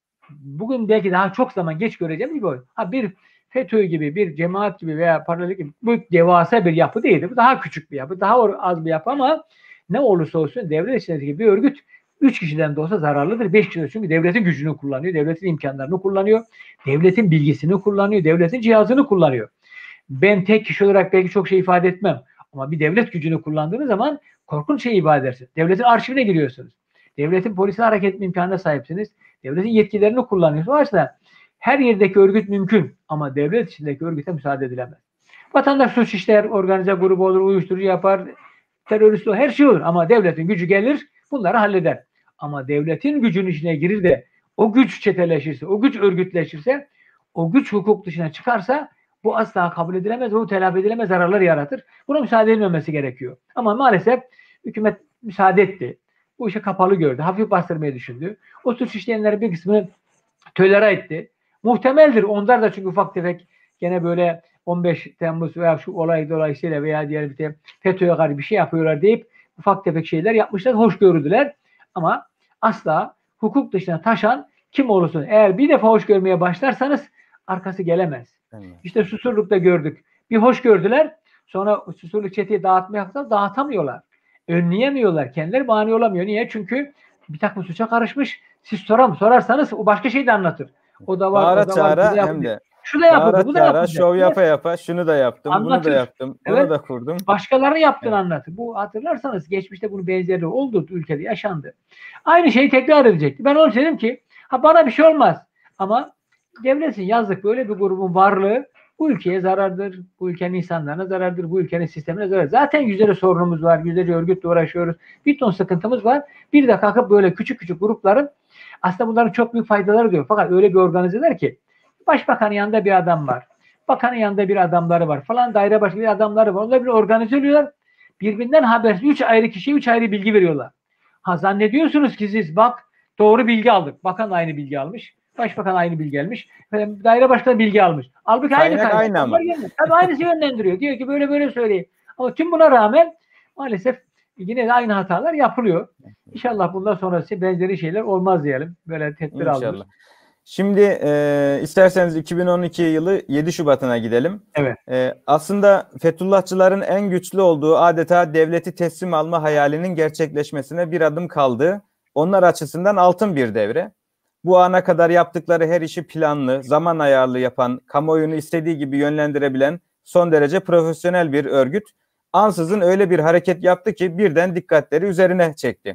bugün belki daha çok zaman geç göreceğim gibi oluyor. Ha bir FETÖ gibi, bir cemaat gibi veya paralel gibi bu devasa bir yapı değildi. Bu daha küçük bir yapı, daha az bir yapı ama ne olursa olsun devlet içindeki bir örgüt üç kişiden de olsa zararlıdır. beş kişiden çünkü devletin gücünü kullanıyor, devletin imkanlarını kullanıyor, devletin bilgisini kullanıyor, devletin cihazını kullanıyor. Ben tek kişi olarak belki çok şey ifade etmem ama bir devlet gücünü kullandığınız zaman korkunç şey ifade edersiniz. Devletin arşivine giriyorsunuz. Devletin polisine hareket etme imkanına sahipsiniz. Devletin yetkilerini kullanıyorsunuz. O açıdan her yerdeki örgüt mümkün ama devlet içindeki örgüte müsaade edilemez. Vatandaş suç işler, organize grubu olur, uyuşturucu yapar, terörist olur, her şey olur ama devletin gücü gelir bunları halleder. Ama devletin gücünün içine girir de o güç çeteleşirse, o güç örgütleşirse, o güç hukuk dışına çıkarsa bu asla kabul edilemez, bu telafi edilemez zararlar yaratır. Buna müsaade edilmemesi gerekiyor. Ama maalesef hükümet müsaade etti. Bu işi kapalı gördü. Hafif bastırmayı düşündü. O suç işleyenlerin bir kısmını tölere etti. Muhtemeldir. Onlar da çünkü ufak tefek gene böyle on beş Temmuz veya şu olay dolayısıyla veya diğer bir de FETÖ'ye karşı bir şey yapıyorlar deyip ufak tefek şeyler yapmışlar. Hoş gördüler. Ama asla hukuk dışına taşan kim olursun eğer bir defa hoş görmeye başlarsanız arkası gelemez. Evet. İşte Susurluk'ta gördük. Bir hoş gördüler. Sonra Susurluk çeteyi dağıtmaya kalktılar, dağıtamıyorlar. Önleyemiyorlar. Kendileri mani olamıyor. Niye? Çünkü bir takım suça karışmış. Siz soram, sorarsanız o başka şey de anlatır. O da var, Bağıra o da var. çağıra Bu da hem de şu da yapıldı, bağıra bu da çağıra, yapıldı. şov yapa yapa şunu da yaptım, Anlatır. bunu da yaptım, Evet. onu da kurdum. Başkaları yaptığını Evet. anlatır. Bu hatırlarsanız geçmişte bunun benzeri oldu, ülkede yaşandı. Aynı şeyi tekrar edecekti. Ben onu dedim ki ha bana bir şey olmaz. Ama devletin yazdık böyle bir grubun varlığı bu ülkeye zarardır. Bu ülkenin insanlarına zarardır. Bu ülkenin sistemine zarardır. Zaten yüzlerce sorunumuz var. Yüzlerce örgütle uğraşıyoruz. Bir ton sıkıntımız var. Bir de kalkıp böyle küçük küçük grupların aslında bunların çok büyük faydaları diyor. Fakat öyle bir organizeler ki başbakanın yanında bir adam var. Bakanın yanında bir adamları var falan, daire başkanı bir adamları var. Onlar bir organize oluyorlar. Birbirinden habersiz üç ayrı kişiye üç ayrı bilgi veriyorlar. Ha zannediyorsunuz ki siz bak doğru bilgi aldık. Bakan aynı bilgi almış. Başbakan aynı bilgi almış. Daire başkanı bilgi almış. Halbuki aynı Kaynak kaynak. aynı ama. Tabii aynısı yönlendiriyor. Diyor ki böyle böyle söyleyeyim. Ama tüm buna rağmen maalesef yine de aynı hatalar yapılıyor. İnşallah bundan sonrası benzeri şeyler olmaz diyelim. Böyle tedbir İnşallah. alıyoruz. Şimdi e, isterseniz iki bin on iki yılı yedi Şubat'ına gidelim. Evet. E, aslında Fethullahçıların en güçlü olduğu adeta devleti teslim alma hayalinin gerçekleşmesine bir adım kaldı. Onlar açısından altın bir devre. Bu ana kadar yaptıkları her işi planlı, zaman ayarlı yapan, kamuoyunu istediği gibi yönlendirebilen son derece profesyonel bir örgüt ansızın öyle bir hareket yaptı ki birden dikkatleri üzerine çekti.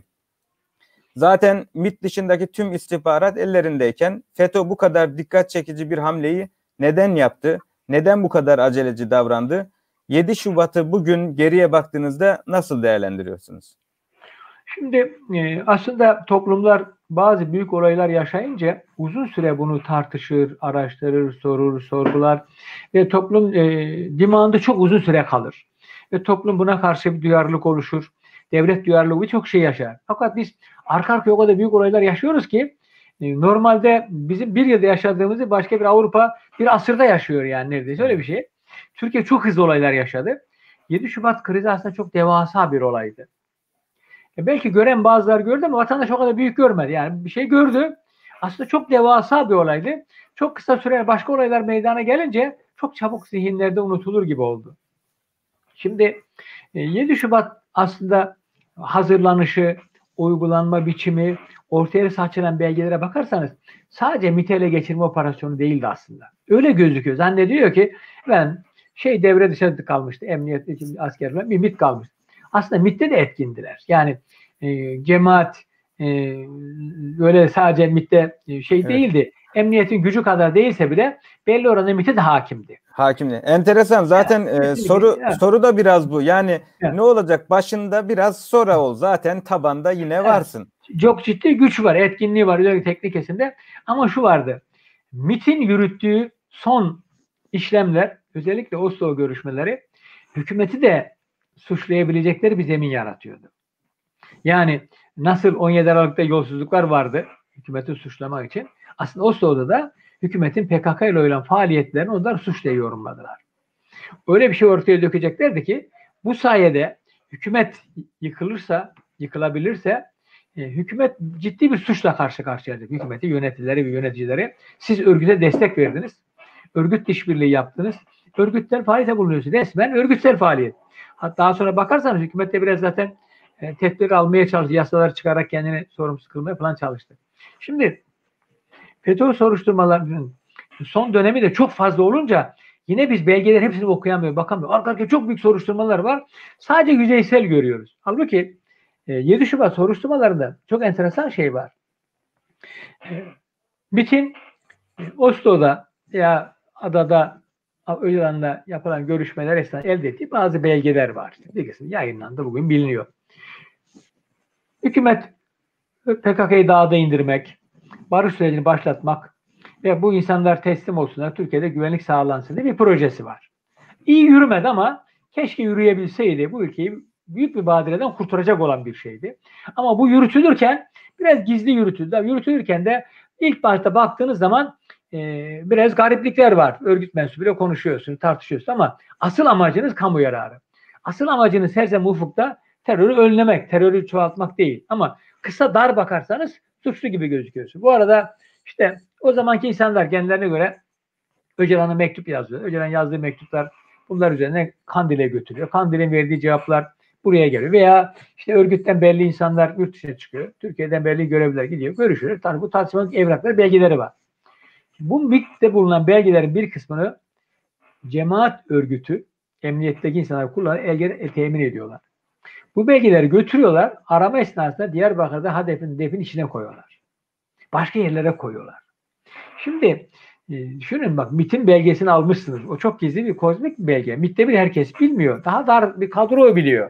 Zaten MİT dışındaki tüm istihbarat ellerindeyken FETÖ bu kadar dikkat çekici bir hamleyi neden yaptı? Neden bu kadar aceleci davrandı? yedi Şubat'ı bugün geriye baktığınızda nasıl değerlendiriyorsunuz? Şimdi e, aslında toplumlar bazı büyük olaylar yaşayınca uzun süre bunu tartışır, araştırır, sorur, sorgular ve toplum e, dimağında çok uzun süre kalır. Ve toplum buna karşı bir duyarlılık oluşur. Devlet duyarlılığı birçok şey yaşar. Fakat biz arka arkaya o kadar büyük olaylar yaşıyoruz ki e, normalde bizim bir yılda yaşadığımızı başka bir Avrupa bir asırda yaşıyor yani neredeyse öyle bir şey. Türkiye çok hızlı olaylar yaşadı. yedi Şubat krizi aslında çok devasa bir olaydı. E belki gören bazıları gördü ama vatandaş o kadar büyük görmedi. Yani bir şey gördü. Aslında çok devasa bir olaydı. Çok kısa sürede başka olaylar meydana gelince çok çabuk zihinlerde unutulur gibi oldu. Şimdi e, yedi Şubat aslında hazırlanışı, uygulanma biçimi, ortaya saçılan belgelere bakarsanız sadece MİT ele geçirme operasyonu değildi aslında. Öyle gözüküyor. Zannediyor ki ben şey devre dışı kalmıştı. Emniyet, askerler bir MİT kalmıştı. Aslında MİT'te de etkindiler. Yani e, cemaat e, böyle sadece MİT'te şey evet. değildi. Emniyetin gücü kadar değilse bile belli oranda MİT'e de hakimdi. Hakimdi. Enteresan. Zaten evet, e, soru evet. soru da biraz bu. Yani evet. ne olacak? Başında biraz sonra ol. Zaten tabanda yine evet. varsın. Çok ciddi güç var, etkinliği var özellikle teknik kesimde. Ama şu vardı. MİT'in yürüttüğü son işlemler, özellikle Oslo görüşmeleri hükümeti de suçlayabilecekleri bir zemin yaratıyordu. Yani nasıl on yedi Aralık'ta yolsuzluklar vardı hükümeti suçlamak için. Aslında Oslo'da da hükümetin P K K ile olan faaliyetlerini onlar suç diye yorumladılar. Öyle bir şey ortaya dökeceklerdi ki bu sayede hükümet yıkılırsa, yıkılabilirse e, hükümet ciddi bir suçla karşı karşıyadır. Hükümeti yöneticileri ve yöneticileri siz örgüte destek verdiniz. Örgüt işbirliği yaptınız. Örgütsel faaliyete bulunuyorsunuz. Resmen örgütsel faaliyet. Hatta daha sonra bakarsanız hükümet de biraz zaten e, tedbir almaya çalıştı. Yasalar çıkarak kendini sorumsuz kılmaya falan çalıştı. Şimdi FETÖ soruşturmalarının son dönemi de çok fazla olunca yine biz belgeler hepsini okuyamıyoruz, bakamıyoruz. Arka arkaya çok büyük soruşturmalar var. Sadece yüzeysel görüyoruz. Halbuki e, yedi Şubat soruşturmalarında çok enteresan şey var. E, MİT'in e, Oslo'da ya adada Öcalan'la yapılan görüşmeler esnasında elde ettiği bazı belgeler var. Bir kısmı yayınlandı, bugün biliniyor. Hükümet P K K'yı dağda indirmek, barış sürecini başlatmak ve bu insanlar teslim olsunlar, Türkiye'de güvenlik sağlansın diye bir projesi var. İyi yürümedi ama keşke yürüyebilseydi. Bu ülkeyi büyük bir badireden kurtaracak olan bir şeydi. Ama bu yürütülürken biraz gizli yürütüldü. Yürütülürken de ilk başta baktığınız zaman e, biraz gariplikler var. Örgüt mensubuyla konuşuyorsunuz, tartışıyorsunuz ama asıl amacınız kamu yararı. Asıl amacınız her zaman ufukta terörü önlemek, terörü çoğaltmak değil. Ama kısa dar bakarsanız suçlu gibi gözüküyorsun. Bu arada İşte o zamanki insanlar kendilerine göre Öcalan'a mektup yazıyor. Öcalan yazdığı mektuplar bunlar üzerine Kandil'e götürüyor. Kandil'in verdiği cevaplar buraya geliyor. Veya işte örgütten belli insanlar yurt dışına çıkıyor. Türkiye'den belli görevliler gidiyor. Görüşüyor. Tabii bu tartışmalık evraklar, belgeleri var. Bu M İ T'te bulunan belgelerin bir kısmını cemaat örgütü, emniyetteki insanlar kullanarak elgene temin ediyorlar. Bu belgeleri götürüyorlar. Arama esnasında Diyarbakır'da Hadef'in defin içine koyuyorlar. Başka yerlere koyuyorlar. Şimdi e, düşünün bak, M İ T'in belgesini almışsınız. O çok gizli bir kozmik bir belge. M İ T'te bir herkes bilmiyor. Daha dar bir kadro biliyor.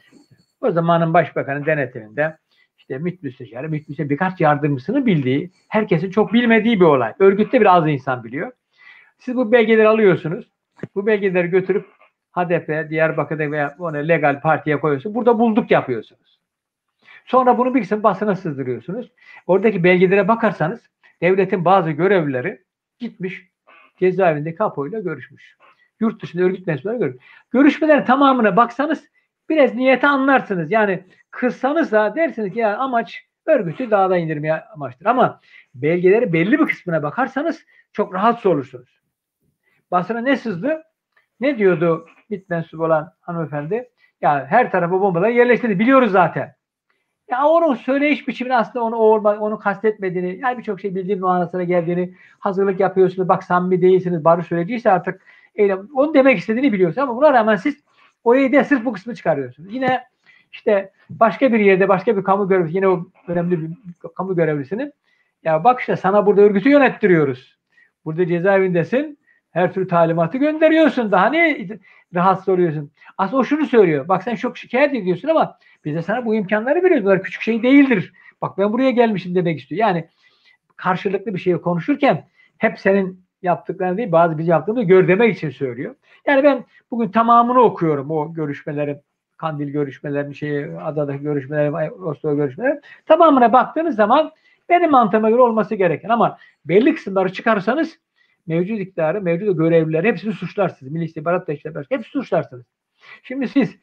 O zamanın başbakanın denetiminde işte M İ T müsteşarı, M İ T müsteşarı birkaç yardımcısını bildiği, herkesin çok bilmediği bir olay. Örgütte bir az insan biliyor. Siz bu belgeleri alıyorsunuz. Bu belgeleri götürüp Hadef'e, Diyarbakır'da veya ona legal partiye koyuyorsunuz. Burada bulduk yapıyorsunuz. Sonra bunu bir kısım basına sızdırıyorsunuz. Oradaki belgelere bakarsanız devletin bazı görevlileri gitmiş cezaevindeki Apo'yla görüşmüş. Yurt dışında örgüt mensupları görmüş. Görüşmelerin tamamına baksanız biraz niyeti anlarsınız. Yani kıssanız da dersiniz ki ya amaç örgütü dağda indirmeye amaçtır. Ama belgeleri belli bir kısmına bakarsanız çok rahatsız olursunuz. Basına ne sızdı? Ne diyordu M İ T mensubu olan hanımefendi? Ya her tarafa bombalar yerleştirdi. Biliyoruz zaten. Ya onun söyleyiş biçimini aslında onu onu kastetmediğini, yani birçok şey bildiğim manasına geldiğini, hazırlık yapıyorsunuz, bak samimi değilsiniz, barış süreciyse artık eylem, onu demek istediğini biliyorsunuz ama buna rağmen siz orayı da sırf bu kısmı çıkarıyorsunuz. Yine işte başka bir yerde başka bir kamu görevlisi, yine o önemli bir kamu görevlisinin, ya bak işte sana burada örgütü yönettiriyoruz. Burada cezaevindesin. Her türlü talimatı gönderiyorsun. Daha ne rahatsız oluyorsun? Aslında o şunu söylüyor. Bak sen çok şikayet ediyorsun ama biz de sana bu imkanları veriyoruz. Bunlar küçük şey değildir. Bak ben buraya gelmişim demek istiyor. Yani karşılıklı bir şey konuşurken hep senin yaptıklarını değil, bazı biz yaptığımızı gör demek için söylüyor. Yani ben bugün tamamını okuyorum o görüşmelerin, Kandil görüşmelerin, şey, adadaki görüşmelerin, Oslo görüşmelerin. Tamamına baktığınız zaman benim mantığıma göre olması gereken, ama belli kısımları çıkarırsanız mevcut iktidarı, mevcut görevlileri hepsini suçlarsınız. Milli İstihbarat Teşkilatı, hepsi suçlarsınız. Şimdi siz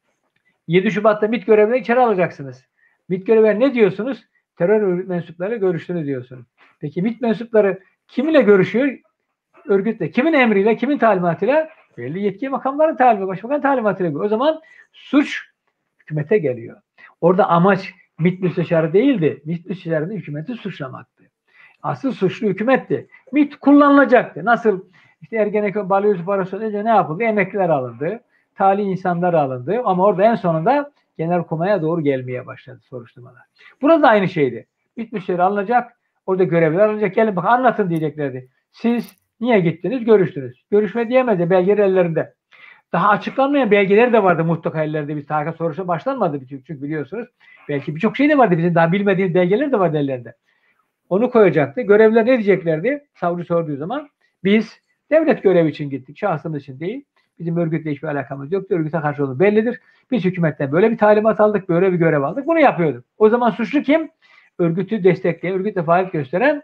yedi Şubat'ta M İ T görevlileri içeri alacaksınız. M İ T görevlileri ne diyorsunuz? Terör örgüt mensupları görüştüğünü diyorsunuz. Peki M İ T mensupları kiminle görüşüyor? Örgütle. Kimin emriyle, kimin talimatıyla? Belli yetki makamların talimatı, başbakan talimatıyla. O zaman suç hükümete geliyor. Orada amaç M İ T müsteşarı değildi. M İ T müsteşarını hükümeti suçlamaktı. Asıl suçlu hükümetti. M İ T kullanılacaktı. Nasıl işte Ergenekon balyoz operasyonu önce ne yapıldı? Emekliler alındı. Tali insanlar alındı. Ama orada en sonunda Genelkurmay'a doğru gelmeye başladı soruşturmalar. Burada da aynı şeydi. M İ T müsteşarı alınacak. Orada görevliler alınacak. Gelin bak anlatın diyeceklerdi. Siz niye gittiniz? Görüştünüz. Görüşme diyemedi. Belgeler ellerinde. Daha açıklanmayan belgeler de vardı mutlaka ellerde. Bir tahkikat soruşturma başlanmadı. Çünkü biliyorsunuz. Belki birçok şey de vardı. Bizim daha bilmediğimiz belgeler de vardı ellerinde. Onu koyacaktı. Görevliler ne diyeceklerdi? Savcı sorduğu zaman biz devlet görevi için gittik. Şahsımız için değil. Bizim örgütle hiçbir alakamız yok. Örgüte karşı olduğu bellidir. Biz hükümetten böyle bir talimat aldık. Böyle bir görev aldık. Bunu yapıyorduk. O zaman suçlu kim? Örgütü destekleyen, örgütle faaliyet gösteren,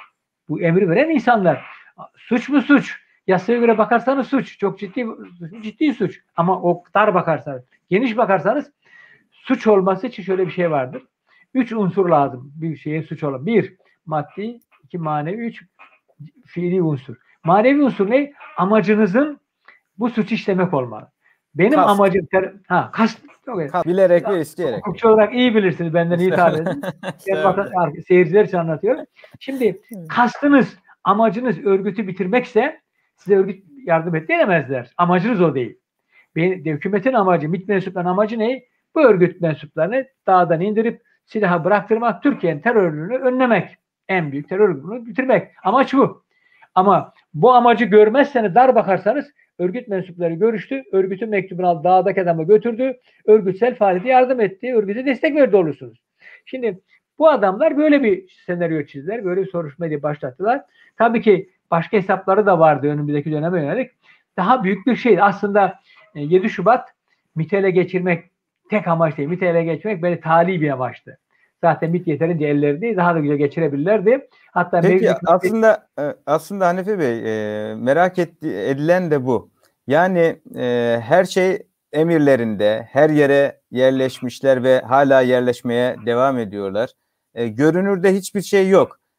bu emri veren insanlar. Suç mu suç? Yasaya göre bakarsanız suç. Çok ciddi ciddi suç. Ama o dar bakarsanız, geniş bakarsanız suç olması için şöyle bir şey vardır. Üç unsur lazım bir şeye suç olan. Bir, maddi, iki manevi, üç fiili unsur. Manevi unsur ne? Amacınızın bu suç işlemek olmalı. Benim kast. amacım ter- ha kast. Okay. Kast. Bilerek ve isteyerek. Hukukçu olarak iyi bilirsiniz. Benden iyi tarif edin. Ben bakın, seyirciler için anlatıyorum. Şimdi kastınız, amacınız örgütü bitirmekse size örgüt yardım et diyemezler. Amacınız o değil. Benim, hükümetin amacı, M İ T mensuplarının amacı ne? Bu örgüt mensuplarını dağdan indirip silahı bıraktırmak, Türkiye'nin terörünü önlemek. En büyük terör örgütünü bitirmek. Amaç bu. Ama bu amacı görmezseniz, dar bakarsanız, örgüt mensupları görüştü. Örgütün mektubunu aldı, dağdaki adamı götürdü. Örgütsel faaliyete yardım etti. Örgüte destek verdi olursunuz. Şimdi bu adamlar böyle bir senaryo çizdiler. Böyle bir soruşturmayı başlattılar. Tabii ki başka hesapları da vardı önümüzdeki döneme yönelik. Daha büyük bir şey. Aslında yedi Şubat M İ T'yi ele geçirmek tek amaç değil. M İ T'yi ele geçirmek böyle tali bir amaçtı. Zaten M İ T yeterince ellerinde, daha da güzel geçirebilirlerdi. Hatta Peki mevcut... aslında aslında Hanefi Bey e, merak etti, edilen de bu. Yani e, her şey emirlerinde, her yere yerleşmişler ve hala yerleşmeye devam ediyorlar. E, görünürde hiçbir şey yok.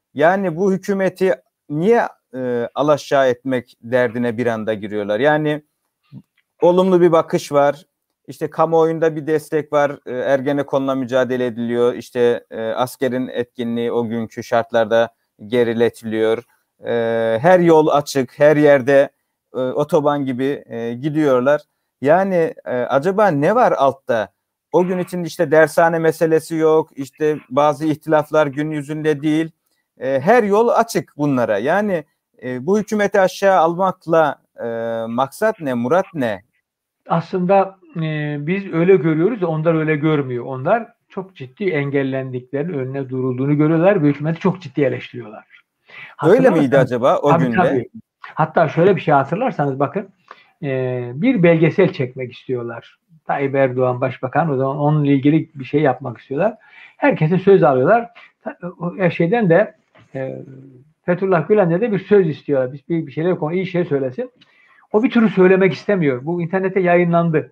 Yani bu hükümeti niye e, alaşağı etmek derdine bir anda giriyorlar? Yani olumlu bir bakış var. İşte kamuoyunda bir destek var. E, Ergenekon'la mücadele ediliyor. İşte e, askerin etkinliği o günkü şartlarda geriletiliyor. E, her yol açık, her yerde e, otoban gibi e, gidiyorlar. Yani e, acaba ne var altta? O gün için işte dershane meselesi yok. İşte bazı ihtilaflar gün yüzünde değil. E, her yol açık bunlara. Yani e, bu hükümeti aşağı almakla e, maksat ne, murat ne? Aslında e, biz öyle görüyoruz da onlar öyle görmüyor. Onlar çok ciddi engellendiklerinin önüne durulduğunu görüyorlar ve hükümeti çok ciddi eleştiriyorlar. Öyle miydi acaba o tabii, günde? Tabii. Hatta şöyle bir şey hatırlarsanız bakın e, bir belgesel çekmek istiyorlar. Tayyip Erdoğan Başbakan o zaman onunla ilgili bir şey yapmak istiyorlar. Herkese söz alıyorlar. Her şeyden de e, Fethullah Gülen'de de bir söz istiyorlar. Bir, bir, bir şeyler konu iyi şey söylesin. O bir türlü söylemek istemiyor. Bu internete yayınlandı.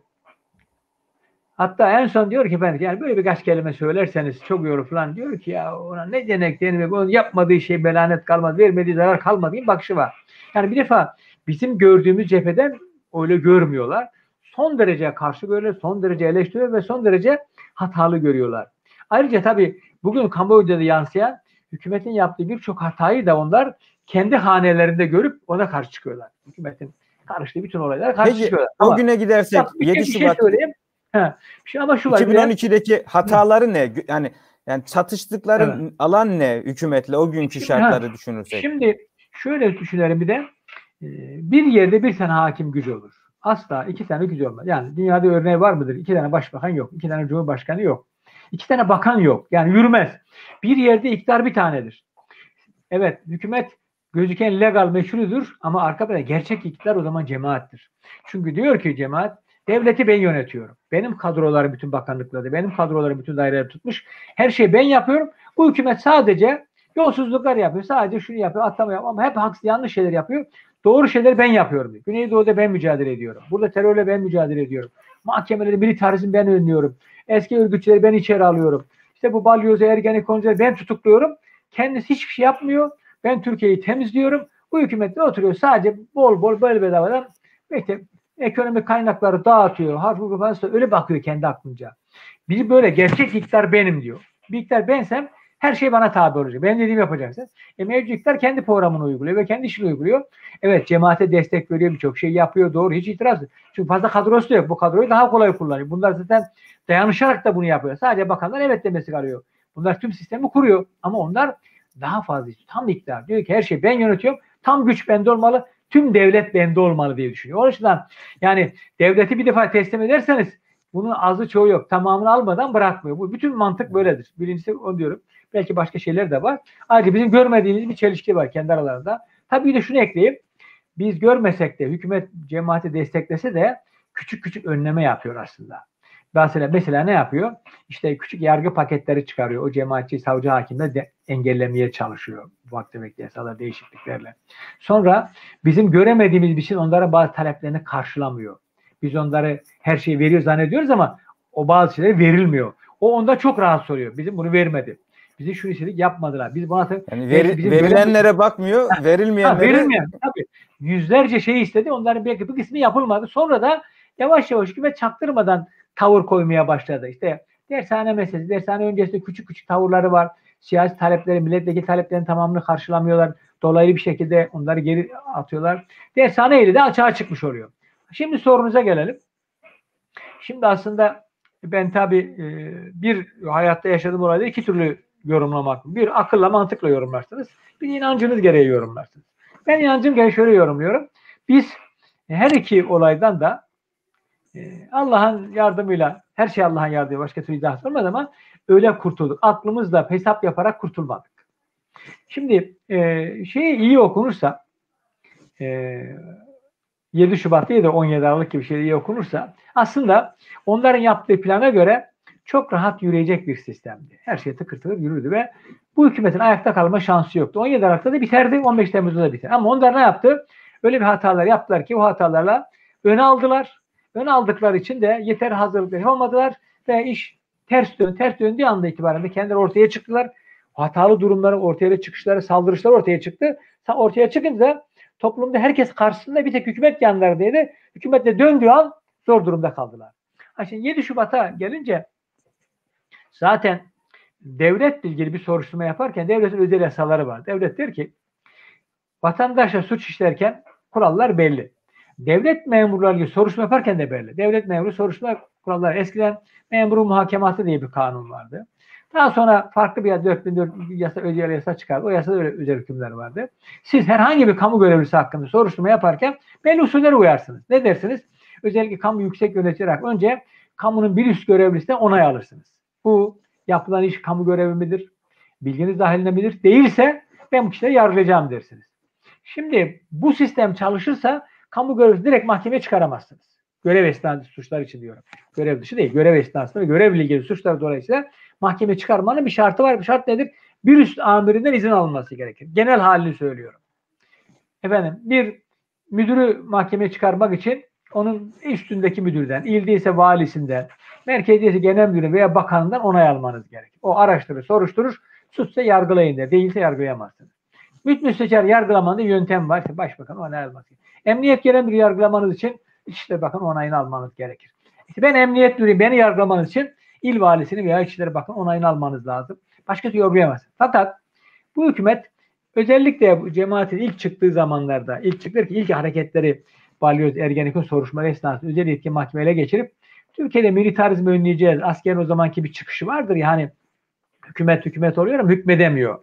Hatta en son diyor ki ben yani böyle birkaç kelime söylerseniz çok iyi olur falan diyor ki ya ona ne denek denir onun yapmadığı şey belanet kalmaz, vermediği zarar kalmadı diye bakışı var. Yani bir defa bizim gördüğümüz cepheden öyle görmüyorlar. Son derece karşı böyle son derece eleştiriyor ve son derece hatalı görüyorlar. Ayrıca tabii bugün kamuoyunda da yansıyan hükümetin yaptığı birçok hatayı da onlar kendi hanelerinde görüp ona karşı çıkıyorlar. Hükümetin karıştığı bütün olaylara karşı Peki, çıkıyorlar. o Ama güne gidersek bak, yedi bir şey Şubat söyleyeyim. Ha, şu ama şu var. iki bin on ikideki hataları ne? Yani yani çatıştıkları Evet. alan ne hükümetle o günkü Şimdi, şartları ha, düşünürsek? Şimdi şöyle düşünelim bir de bir yerde bir tane hakim gücü olur. Asla iki tane gücü olmaz. Yani dünyada örneği var mıdır? İki tane başbakan yok. İki tane cumhurbaşkanı yok. İki tane bakan yok. Yani yürümez. Bir yerde iktidar bir tanedir. Evet, hükümet gözüken legal meşrudur ama arkada gerçek iktidar o zaman cemaattir. Çünkü diyor ki cemaat devleti ben yönetiyorum. Benim kadrolarım bütün bakanlıkları, benim kadrolarım bütün daireleri tutmuş. Her şeyi ben yapıyorum. Bu hükümet sadece yolsuzluklar yapıyor. Sadece şunu yapıyor, atlama yapıyor ama hep haksız yanlış şeyler yapıyor. Doğru şeyleri ben yapıyorum diyor. Güneydoğu'da ben mücadele ediyorum. Burada terörle ben mücadele ediyorum. Mahkemeleri, militarizmi ben önlüyorum. Eski örgütçüleri ben içeri alıyorum. İşte bu balyozu, Ergenekoncuları ben tutukluyorum. Kendisi hiçbir şey yapmıyor. Ben Türkiye'yi temizliyorum. Bu hükümette oturuyor. Sadece bol bol böyle bedavadan işte ekonomik kaynakları dağıtıyor. Harf hukuku öyle bakıyor kendi aklınca. Biri böyle gerçek iktidar benim diyor. Bir iktidar bensem her şey bana tabi olacak. Ben dediğimi yapacaksın. E mevcut iktidar kendi programını uyguluyor ve kendi işini uyguluyor. Evet cemaate destek veriyor, birçok şey yapıyor. Doğru, hiç itiraz yok. Çünkü fazla kadrosu da yok. Bu kadroyu daha kolay kullanıyor. Bunlar zaten dayanışarak da bunu yapıyor. Sadece bakanlar evet demesi kalıyor. Bunlar tüm sistemi kuruyor. Ama onlar daha fazla tam iktidar. Diyor ki her şeyi ben yönetiyorum. Tam güç bende olmalı. Tüm devlet bende olmalı diye düşünüyor. O yüzden yani devleti bir defa teslim ederseniz bunun azı çoğu yok. Tamamını almadan bırakmıyor. Bu bütün mantık böyledir. Birincisi onu diyorum. Belki başka şeyler de var. Ayrıca bizim görmediğimiz bir çelişki var kendi aralarında. Tabii de şunu ekleyeyim. Biz görmesek de hükümet cemaati desteklese de küçük küçük önleme yapıyor aslında. Mesela, mesela ne yapıyor? İşte küçük yargı paketleri çıkarıyor. O cemaatçi, savcı, hakimle de engellemeye çalışıyor. Vakti bekle yasalar değişikliklerle. Sonra bizim göremediğimiz bir şey onlara bazı taleplerini karşılamıyor. Biz onları her şeyi veriyor zannediyoruz ama o bazı şeyler verilmiyor. O onda çok rahatsız oluyor. Bizim bunu vermedi. Bizi şunu istedik yapmadılar. Biz buna yani veri, bizim verilenlere göre... bakmıyor, ha, verilmeyenlere... Ha, verilmeyen, tabii. Yüzlerce şey istedi. Onların belki bir kısmı yapılmadı. Sonra da yavaş yavaş hükümet çaktırmadan tavır koymaya başladı. İşte dershane meselesi, dershane öncesinde küçük küçük tavırları var. Siyasi talepleri, milletvekili taleplerinin tamamını karşılamıyorlar. Dolaylı bir şekilde onları geri atıyorlar. Dershane eli de açığa çıkmış oluyor. Şimdi sorunuza gelelim. Şimdi aslında ben tabii bir hayatta yaşadığım olayda iki türlü yorumlamak. Bir akılla mantıkla yorumlarsınız. Bir inancınız gereği yorumlarsınız. Ben inancım gereği şöyle yorumluyorum. Biz her iki olaydan da Allah'ın yardımıyla, her şey Allah'ın yardımıyla başka türlü izah olmaz ama öyle kurtulduk. Aklımızla hesap yaparak kurtulmadık. Şimdi e, şey iyi okunursa e, yedi Şubat değil de on yedi Aralık gibi şey iyi okunursa aslında onların yaptığı plana göre çok rahat yürüyecek bir sistemdi. Her şey tıkır tıkır yürürdü ve bu hükümetin ayakta kalma şansı yoktu. on yedi Aralık'ta da biterdi, on beş Temmuz'da da biter. Ama onlar ne yaptı? Öyle bir hatalar yaptılar ki o hatalarla öne aldılar. Ön aldıkları için de yeter hazırlıklı yapamadılar ve iş ters dön, ters döndüğü anda itibaren de kendileri ortaya çıktılar. hatalı durumları ortaya çıkışları, saldırışlar ortaya çıktı. Ortaya çıkınca toplumda herkes karşısında bir tek hükümet yanlarındaydı. Hükümet de döndüğü an zor durumda kaldılar. Ha şimdi yedi Şubat'a gelince zaten devletle ilgili bir soruşturma yaparken devletin özel yasaları var. Devlet der ki vatandaşa suç işlerken kurallar belli. Devlet memurları gibi soruşturma yaparken de belli. Devlet memuru soruşturma kuralları. Eskiden memuru muhakematı diye bir kanun vardı. Daha sonra farklı bir dört bin dört yasa, özel yasa çıkardı. O yasada öyle özel hükümler vardı. Siz herhangi bir kamu görevlisi hakkında soruşturma yaparken belli usullere uyarsınız. Ne dersiniz? Özellikle kamu yüksek yöneticiler hakkında önce kamunun bir üst görevlisinden onay alırsınız. Bu yapılan iş kamu görevi midir? Bilginiz dahilinde midir? Değilse ben bu kişileri yargılayacağım dersiniz. Şimdi bu sistem çalışırsa kamu görevlisi direkt mahkemeye çıkaramazsınız. Görev esnası suçlar için diyorum. Görev dışı değil. Görev esnasında ve görevle ilgili suçlar dolayısıyla mahkemeye çıkarmanın bir şartı var. Bir şart nedir? Bir üst amirinden izin alınması gerekir. Genel halini söylüyorum. Efendim bir müdürü mahkemeye çıkarmak için onun üstündeki müdürden, il değilse valisinden, merkeziyse genel müdürü veya bakanından onay almanız gerekir. O araştırır, soruşturur, suçsa yargılayın der. Değilse yargılayamazsınız. Müsteşar yargılamanın yöntem var. İşte başbakan onay alması. Emniyet genel müdürü yargılamanız için İçişleri Bakanı onayını almanız gerekir. İşte ben emniyet müdürüyüm. Beni yargılamanız için il valisini veya İçişleri Bakanı onayını almanız lazım. Başka türlü yargılayamazsınız. Fakat bu hükümet özellikle bu cemaatin ilk çıktığı zamanlarda, ilk çıktığı ki ilk hareketleri Balyoz, Ergenekon soruşturmaları esnasında özel yetki mahkemeyle geçirip Türkiye'de militarizmi önleyeceğiz. Askerin o zamanki bir çıkışı vardır ya hani hükümet hükümet oluyor ama hükmedemiyor.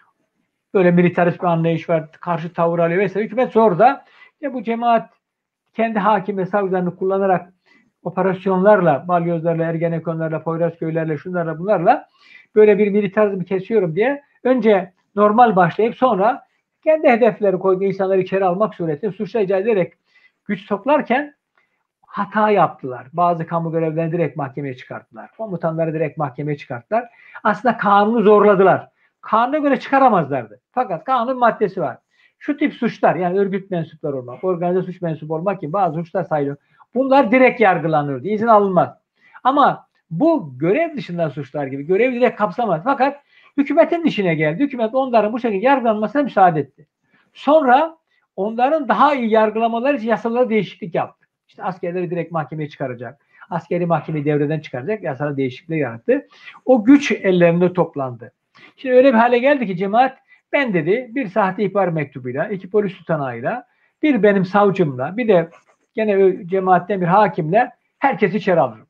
Böyle militarist bir anlayış var. Karşı tavır alıyor vesaire. Hükümet zor da işte bu cemaat kendi hakim ve savcılarını kullanarak operasyonlarla, balyozlarla, ergenekonlarla, Poyrazköylerle, şunlarla bunlarla böyle bir militarizmi kesiyorum diye önce normal başlayıp sonra kendi hedefleri koyduğu insanları içeri almak suretiyle suçla icra ederek güç toplarken hata yaptılar. Bazı kamu görevlilerini direkt mahkemeye çıkarttılar. Komutanları direkt mahkemeye çıkarttılar. Aslında kanunu zorladılar. Kanuna göre çıkaramazlardı. Fakat kanun maddesi var. Şu tip suçlar yani örgüt mensupları olmak, organize suç mensubu olmak gibi bazı suçlar sayılıyor. Bunlar direkt yargılanır diye izin alınmaz. Ama bu görev dışında suçlar gibi görev direkt kapsamaz. Fakat hükümetin işine geldi. Hükümet onların bu şekilde yargılanmasına müsaade etti. Sonra onların daha iyi yargılamaları için yasalara değişiklik yaptı. İşte askerleri direkt mahkemeye çıkaracak. Askeri mahkemeyi devreden çıkaracak. Yasal değişiklik yarattı. O güç ellerinde toplandı. Şimdi öyle bir hale geldi ki cemaat ben dedi bir sahte ihbar mektubuyla, iki polis tutanağıyla, bir benim savcımla, bir de gene cemaatten bir hakimle herkesi içeri alırım.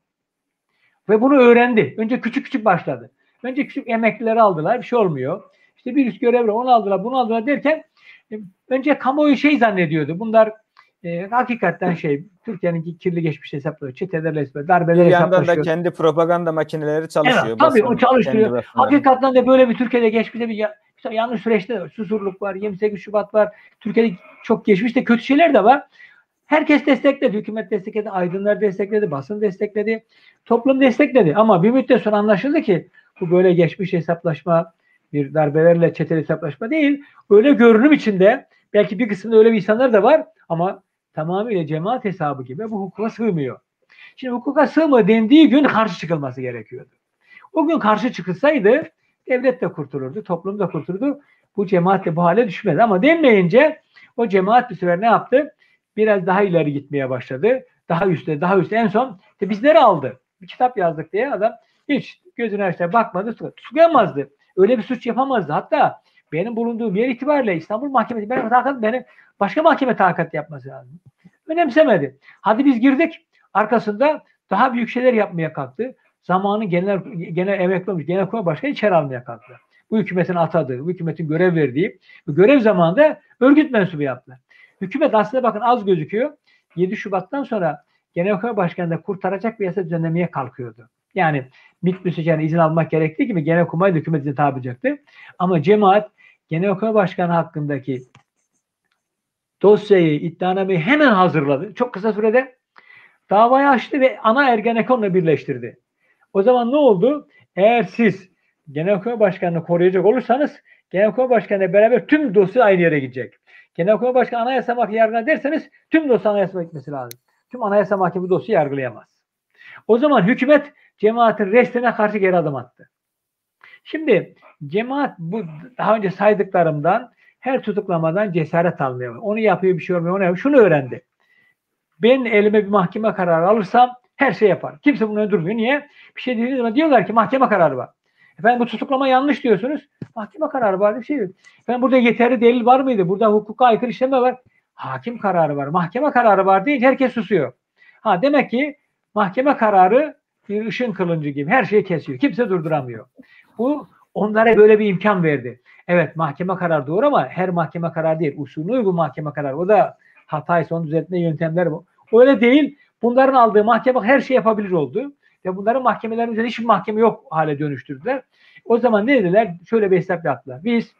Ve bunu öğrendi. Önce küçük küçük başladı. Önce küçük emeklileri aldılar. Bir şey olmuyor. İşte bir üst görevli onu aldılar, bunu aldılar derken önce kamuoyu şey zannediyordu. Bunlar e, hakikaten şey Türkiye'nin kirli geçmiş hesapları, çetelerle hesapları, darbeler hesaplaşıyor. Bir yandan da kendi propaganda makineleri çalışıyor. Evet, tabii o çalıştırıyor. Hakikaten de böyle bir Türkiye'de geçmişte bir işte yanlış süreçte var. Susurluk var, yirmi sekiz Şubat var. Türkiye'de çok geçmişte kötü şeyler de var. Herkes destekledi. Hükümet destekledi, aydınlar destekledi, basın destekledi, toplum destekledi. Ama bir müddet sonra anlaşıldı ki bu böyle geçmiş hesaplaşma, bir darbelerle çeteli hesaplaşma değil. Öyle görünüm içinde belki bir kısmında öyle bir insanlar da var ama tamamıyla cemaat hesabı gibi bu hukuka sığmıyor. Şimdi hukuka sığmıyor dendiği gün karşı çıkılması gerekiyordu. O gün karşı çıkılsaydı devlet de kurtulurdu, toplum da kurtulurdu. Bu cemaat de bu hale düşmez. Ama denmeyince o cemaat bir sefer ne yaptı? Biraz daha ileri gitmeye başladı. Daha üstte, daha üstte. En son işte bizleri aldı. Bir kitap yazdık diye adam hiç gözüne açtı, bakmadı, tutuklanmazdı. Öyle bir suç yapamazdı. Hatta benim bulunduğum yer itibariyle İstanbul Mahkemesi benim, takat, benim başka mahkeme takat yapması lazım. Önemsemedi. Hadi biz girdik. Arkasında daha büyük şeyler yapmaya kalktı. Zamanı genel genel emekli olmuş, genelkurmay başkanı içeri almaya kalktı. Bu hükümetin atadığı, bu hükümetin görev verdiği, bu görev zamanında örgüt mensubu yaptılar. Hükümet aslında bakın az gözüküyor. yedi Şubat'tan sonra Genelkurmay Başkanı da kurtaracak bir yasa düzenlemeye kalkıyordu. Yani MİT müsteşarına izin almak gerektiği gibi Genelkurmay da hükümetine tabi olacaktı. Ama cemaat Genelkurmay Başkanı hakkındaki dosyayı, iddianameyi hemen hazırladı. Çok kısa sürede davayı açtı ve ana Ergenekon'la birleştirdi. O zaman ne oldu? Eğer siz Genelkurmay Başkanı'nı koruyacak olursanız Genelkurmay Başkanı'yla beraber tüm dosya aynı yere gidecek. Genelkurmay Başkanı Anayasa Mahkemesi yargılar derseniz tüm dosya Anayasa gitmesi lazım. Tüm Anayasa Mahkemesi dosyayı yargılayamaz. O zaman hükümet cemaatin restine karşı geri adım attı. Şimdi cemaat bu daha önce saydıklarımdan her tutuklamadan cesaret almıyor. Onu yapıyor, bir şey olmuyor. Onu yapıyor. Şunu öğrendi. Ben elime bir mahkeme kararı alırsam her şey yapar. Kimse bunu durmuyor. Niye? Bir şey dediğiniz zaman diyorlar ki mahkeme kararı var. Efendim bu tutuklama yanlış diyorsunuz. Mahkeme kararı var, bir şey yok. Efendim burada yeterli delil var mıydı? Burada hukuka aykırı işleme var. Hakim kararı var. Mahkeme kararı var deyince herkes susuyor. Ha demek ki mahkeme kararı bir ışın kılıncı gibi her şeyi kesiyor. Kimse durduramıyor. Bu onlara böyle bir imkan verdi. Evet mahkeme kararı doğru ama her mahkeme kararı değil. Usulüne uygun mahkeme kararı. O da hataysa onu düzeltme yöntemleri bu. Öyle değil. Bunların aldığı mahkeme her şey yapabilir oldu. Ve bunların mahkemelerin üzerinde hiçbir mahkeme yok hale dönüştürdüler. O zaman ne dediler? Şöyle bir hesap yaptılar. Biz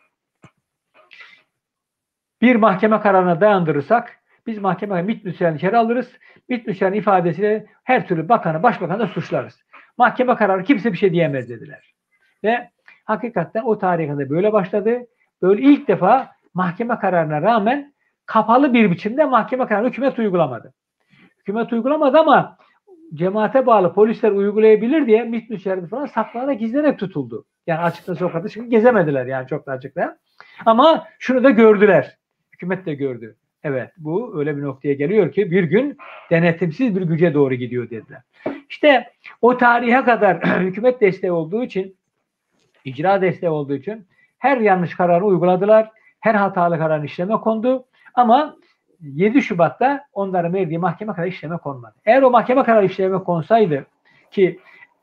bir mahkeme kararına dayandırırsak biz mahkeme MİT müsteşarını içeri alırız. MİT müsteşarının ifadesiyle her türlü bakanı, başbakanı da suçlarız. Mahkeme kararı kimse bir şey diyemez dediler. Ve hakikaten o tarihe kadar böyle başladı. Böyle ilk defa mahkeme kararına rağmen kapalı bir biçimde mahkeme kararını hükümet uygulamadı. Hükümet uygulamadı ama cemaate bağlı polisler uygulayabilir diye MİT müsteşarı falan saklanarak gizlenerek tutuldu. Yani açıkta sokakta çünkü gezemediler yani çok da açıkta. Ama şunu da gördüler. Hükümet de gördü. Evet bu öyle bir noktaya geliyor ki bir gün denetimsiz bir güce doğru gidiyor dediler. İşte o tarihe kadar hükümet desteği olduğu için, icra desteği olduğu için her yanlış kararı uyguladılar. Her hatalı kararın işleme kondu. Ama yedi Şubat'ta onların verdiği mahkeme kararı işleme konmadı. Eğer o mahkeme kararı işleme konsaydı ki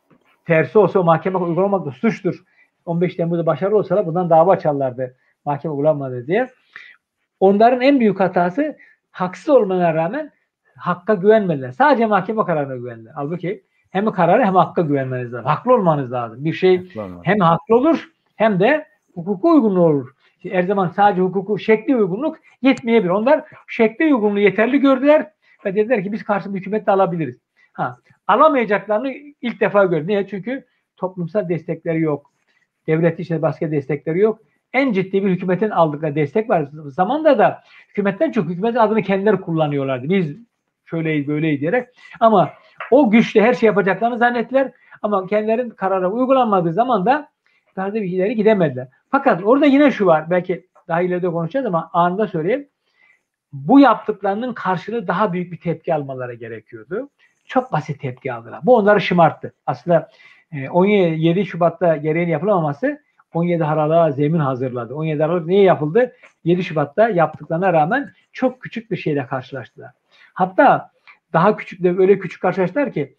tersi olsa o mahkeme uygulamak da suçtur. on beş Temmuz'da başarılı olsalar bundan dava açarlardı. Mahkeme uygulanmadı diye. Onların en büyük hatası haksız olmana rağmen hakka güvenmediler. Sadece mahkeme kararına güvendiler. Halbuki hem kararı hem hakka güvenmeniz lazım. Haklı olmanız lazım. Bir şey hem haklı olur hem de hukuka uygun olur. Her zaman sadece hukuku şekli uygunluk yetmeyebilir. Onlar şekli uygunluğu yeterli gördüler ve dediler ki biz karşı bir hükümetle alabiliriz. Ha, alamayacaklarını ilk defa gördü. Niye? Çünkü toplumsal destekleri yok. Devlet işte başka destekleri yok. En ciddi bir hükümetin aldıkları destek var. Zamanda da hükümetten çok hükümetin adını kendileri kullanıyorlardı. Biz şöyleyiz böyleyiz diyerek. Ama o güçle her şey yapacaklarını zannettiler. Ama kendilerinin kararı uygulanmadığı zaman da daha da bir ileri gidemediler. Fakat orada yine şu var. Belki daha ileride konuşacağız ama anında söyleyeyim. Bu yaptıklarının karşılığı daha büyük bir tepki almaları gerekiyordu. Çok basit tepki aldılar. Bu onları şımarttı. Aslında on yedi Şubat'ta gereğini yapılamaması on yedi Aralık'a zemin hazırladı. on yedi Aralık niye yapıldı? yedi Şubat'ta yaptıklarına rağmen çok küçük bir şeyle karşılaştılar. Hatta daha küçük de öyle küçük karşılaştılar ki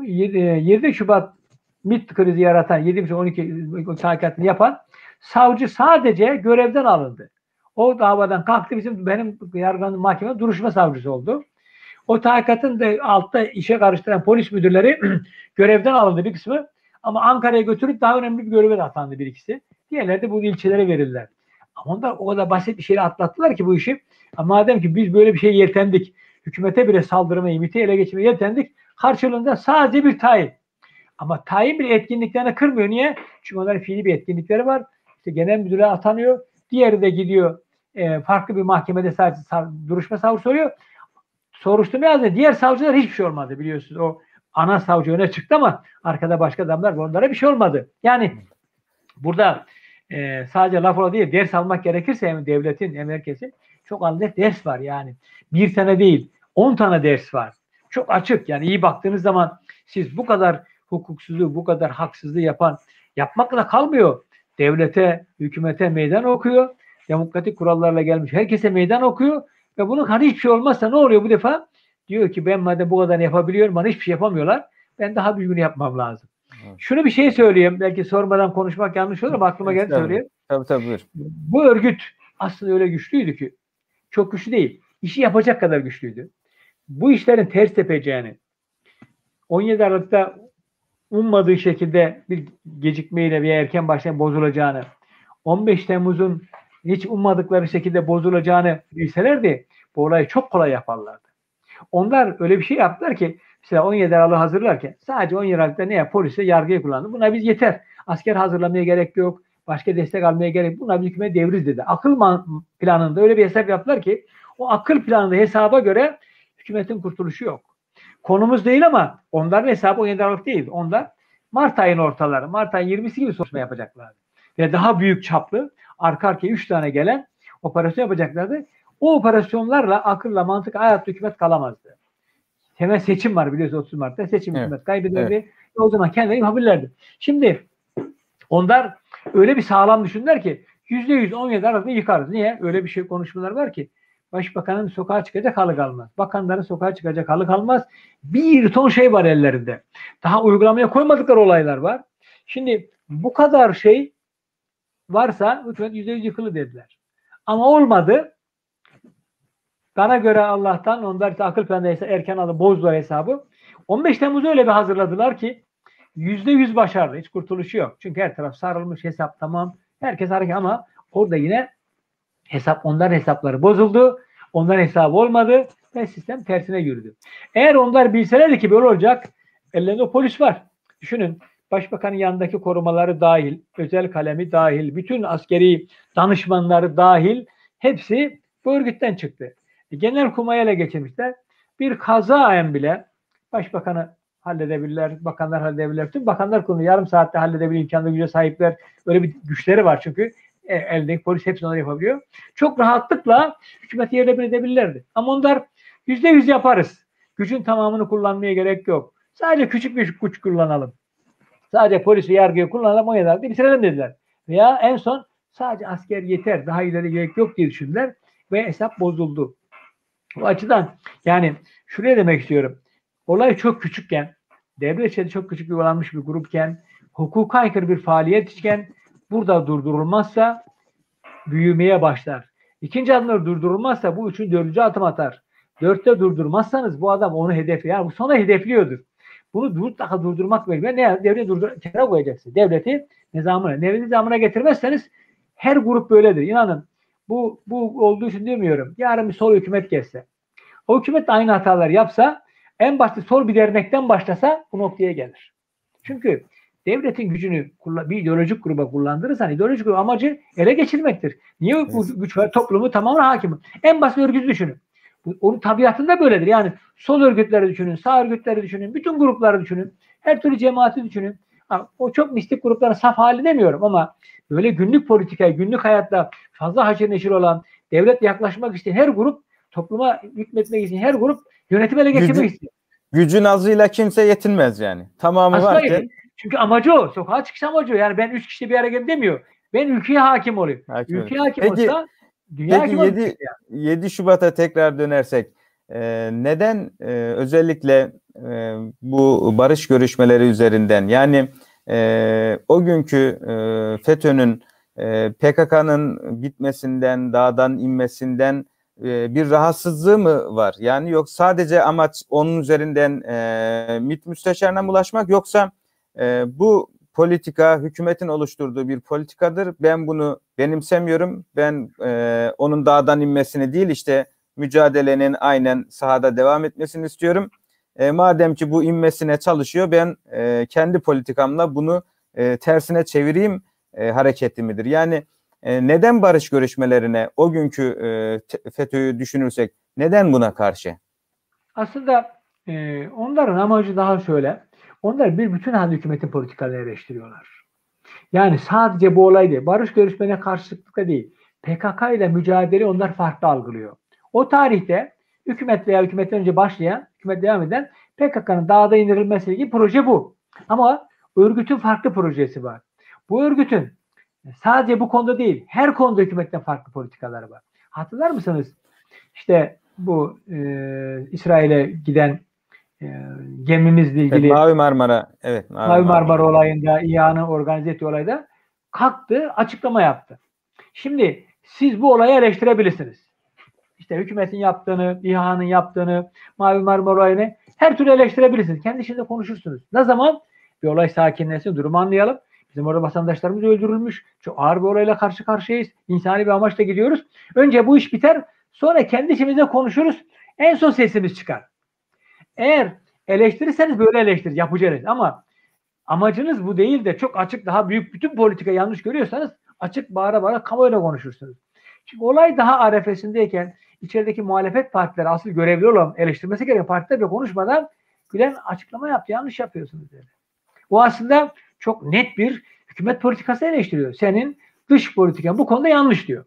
yedi Şubat MİT krizi yaratan yedi on iki tahkikatını yapan savcı sadece görevden alındı. O davadan kalktı, bizim benim yargılandığım mahkeme duruşma savcısı oldu. O tahkikatın da altta işe karıştıran polis müdürleri görevden alındı bir kısmı. Ama Ankara'ya götürüp daha önemli bir göreve de atandı bir ikisi. Diğerleri de bu ilçelere verildiler. Ama onlar o kadar basit bir şeyle atlattılar ki bu işi. Ama madem ki biz böyle bir şey yeltendik, hükümete bile saldırmayı, MİT'i ele geçirmeyi yeltendik, karşılığında sadece bir tayin. Ama tayin bir etkinliklerini kırmıyor. Niye? Çünkü onların fiili bir etkinlikleri var. İşte genel müdürlüğe atanıyor. Diğeri de gidiyor e, farklı bir mahkemede sadece sav duruşma savcısı oluyor. Soruşturma yazdı. Diğer savcılar hiçbir şey olmadı biliyorsunuz. O ana savcı öne çıktı ama arkada başka adamlar var. Onlara bir şey olmadı. Yani burada e, sadece laf ola değil, ders almak gerekirse hem devletin hem herkesin çok alınacak ders var yani. Bir tane değil, on tane ders var. Çok açık yani iyi baktığınız zaman siz bu kadar hukuksuzluğu, bu kadar haksızlığı yapan yapmakla kalmıyor. Devlete, hükümete meydan okuyor. Demokratik kurallarla gelmiş herkese meydan okuyor ve bunun hani hiçbir şey olmazsa ne oluyor bu defa? Diyor ki ben madem bu kadar yapabiliyorum, bana hiçbir şey yapamıyorlar. Ben daha büyüğünü yapmam lazım. Evet. Şunu bir şey söyleyeyim. Belki sormadan konuşmak yanlış olur ama aklıma geldi tabii, söyleyeyim. Tabii tabii buyur. Bu örgüt aslında öyle güçlüydü ki. Çok güçlü değil. İşi yapacak kadar güçlüydü. Bu işlerin ters tepeceğini, on yedi Aralık'ta ummadığı şekilde bir gecikmeyle veya erken başlayan bozulacağını, on beş Temmuz'un hiç ummadıkları şekilde bozulacağını bilselerdi bu olayı çok kolay yaparlardı. Onlar öyle bir şey yaptılar ki mesela on yedi Aralık'ı hazırlarken sadece on yedi Aralık'ta ne yap? Polise yargıyı kullandı. Buna biz yeter. Asker hazırlamaya gerek yok. Başka destek almaya gerek yok. Buna bir hükümet devririz dedi. Akıl planında öyle bir hesap yaptılar ki o akıl planında hesaba göre hükümetin kurtuluşu yok. Konumuz değil ama onların hesabı on yedi Aralık değil. Onlar Mart ayının ortaları, Mart ayının yirmisi gibi soruşturma yapacaklardı. Ve daha büyük çaplı, arka arkaya üç tane gelen operasyon yapacaklardı. O operasyonlarla akılla, mantık, hayatta hükümet kalamazdı. Hemen seçim var biliyorsunuz otuz Mart'ta. Seçim Evet. hükümet kaybederdi. Evet. O zaman kendileri yapabilirlerdi. Şimdi onlar öyle bir sağlam düşündüler ki yüzde yüz on yedi arasında yıkarız. Niye? Öyle bir şey konuşmalar var ki başbakanın sokağa çıkacak halı kalmaz. Bakanların sokağa çıkacak halı kalmaz. Bir ton şey var ellerinde. Daha uygulamaya koymadıkları olaylar var. Şimdi bu kadar şey varsa hükümet yüzde yüz yıkılı dediler. Ama olmadı. Bana göre Allah'tan onlar işte akıl planıysa erken alıp bozdular hesabı. on beş Temmuz'u öyle bir hazırladılar ki yüzde yüz başarılı. Hiç kurtuluşu yok. Çünkü her taraf sarılmış, hesap tamam. Herkes hareket ama orada yine hesap, onların hesapları bozuldu. Onların hesabı olmadı ve sistem tersine yürüdü. Eğer onlar bilselerdi ki böyle olacak, ellerinde polis var. Düşünün, başbakanın yanındaki korumaları dahil, özel kalemi dahil, bütün askeri danışmanları dahil hepsi bu örgütten çıktı. Genelkurmay'a ele geçirmişler. Bir kazaen bile başbakanı halledebilirler, bakanlar halledebilirler. Tüm bakanlar kurulu yarım saatte halledebilir imkanlı güce sahipler. Öyle bir güçleri var çünkü e, eldeki polis hepsini onları yapabiliyor. Çok rahatlıkla hükümeti yerle bir edebilirlerdi. Ama onlar yüzde yüz yaparız. Gücün tamamını kullanmaya gerek yok. Sadece küçük bir güç kullanalım. Sadece polisi, yargıyı kullanalım, o yederde bitirelim dediler. Veya en son sadece asker yeter, daha ileri gerek yok diye düşündüler ve hesap bozuldu. Bu açıdan yani şuraya demek istiyorum. Olay çok küçükken, devlet içinde çok küçük bir olanmış bir grupken, hukuka aykırı bir faaliyet iken burada durdurulmazsa büyümeye başlar. İkinci adımları durdurulmazsa bu üçün dördüncü adım atar. Dörtte durdurmazsanız bu adam onu hedefliyor. Yani bu sonra hedefliyordur. Bunu mutlaka durdurmak gerekiyor. Ne? Devleti durdur, kenara koyacaksın. Devleti nizamına. Devleti nizamına getirmezseniz her grup böyledir. İnanın bu, bu olduğu için demiyorum. Yarın bir sol hükümet gelse, o hükümet de aynı hatalar yapsa, en başta sol bir dernekten başlasa bu noktaya gelir. Çünkü devletin gücünü bir ideolojik gruba kullandırırsan ideolojik grup amacı ele geçirmektir. Niye evet. Bu güç var? Toplumu tamamen hakim. En basit örgütü düşünün. Onun tabiatında böyledir. Yani sol örgütleri düşünün, sağ örgütleri düşünün, bütün grupları düşünün, her türlü cemaati düşünün. O çok mistik grupların saf hali demiyorum ama böyle günlük politikaya, günlük hayatta fazla haşır neşir olan, devletle yaklaşmak isteyen her grup, topluma hükmetmek isteyen her grup yönetimi ele geçirmek Gücü, istiyor. Gücün azıyla kimse yetinmez yani. Tamamı Asla varken. Yetin. Çünkü amacı o. Sokağa çıkış amacı o. Yani ben üç kişi bir araya gelip demiyor. Ben ülkeye hakim olayım. Hakim ülkeye hakim peki, olsa dünya peki hakim yedi, yani. yedi Şubat'a tekrar dönersek e, neden e, özellikle e, bu barış görüşmeleri üzerinden yani e, o günkü e, FETÖ'nün e, P K K'nın bitmesinden, dağdan inmesinden e, bir rahatsızlığı mı var? Yani yok sadece amaç onun üzerinden e, MİT müsteşarına ulaşmak yoksa e, bu politika hükümetin oluşturduğu bir politikadır. Ben bunu benimsemiyorum. Ben e, onun dağdan inmesini değil işte mücadelenin aynen sahada devam etmesini istiyorum. E, madem ki bu inmesine çalışıyor ben e, kendi politikamla bunu e, tersine çevireyim e, hareketi midir? Yani e, neden barış görüşmelerine o günkü e, FETÖ'yü düşünürsek neden buna karşı? Aslında e, onların amacı daha şöyle. Onlar bir bütün halde hükümetin politikalarını eleştiriyorlar. Yani sadece bu olay değil. Barış görüşmelerine karşılıklı değil. P K K ile mücadele onlar farklı algılıyor. O tarihte hükümet veya hükümetten önce başlayan, hükümet devam eden P K K'nın dağda indirilmesiyle ilgili proje bu. Ama örgütün farklı projesi var. Bu örgütün sadece bu konuda değil, her konuda hükümetten farklı politikaları var. Hatırlar mısınız? İşte bu e, İsrail'e giden e, gemimizle ilgili evet, Mavi Marmara evet Mavi, Mavi Marmara, Marmara olayında İHA'nın organize ettiği olayda kalktı, açıklama yaptı. Şimdi siz bu olayı eleştirebilirsiniz. İşte hükümetin yaptığını, İHA'nın yaptığını, Mavi Marmara olayını her türlü eleştirebilirsiniz. Kendi içinde konuşursunuz. Ne zaman? Bir olay sakinleşsin, durumu anlayalım. Bizim orada vatandaşlarımız öldürülmüş. Çok ağır bir olayla karşı karşıyayız. İnsani bir amaçla gidiyoruz. Önce bu iş biter. Sonra kendi içimizde konuşuruz. En son sesimiz çıkar. Eğer eleştirirseniz böyle eleştir, yapacağız. Ama amacınız bu değil de çok açık, daha büyük bütün politika yanlış görüyorsanız açık bağıra bağıra kamuoyuna konuşursunuz. Çünkü olay daha arefesindeyken içerideki muhalefet partileri asıl görevli olan eleştirmesi gereken partilerle konuşmadan Gülen açıklama yaptı. Yanlış yapıyorsunuz dedi. O aslında çok net bir hükümet politikası eleştiriyor. Senin dış politikan bu konuda yanlış diyor.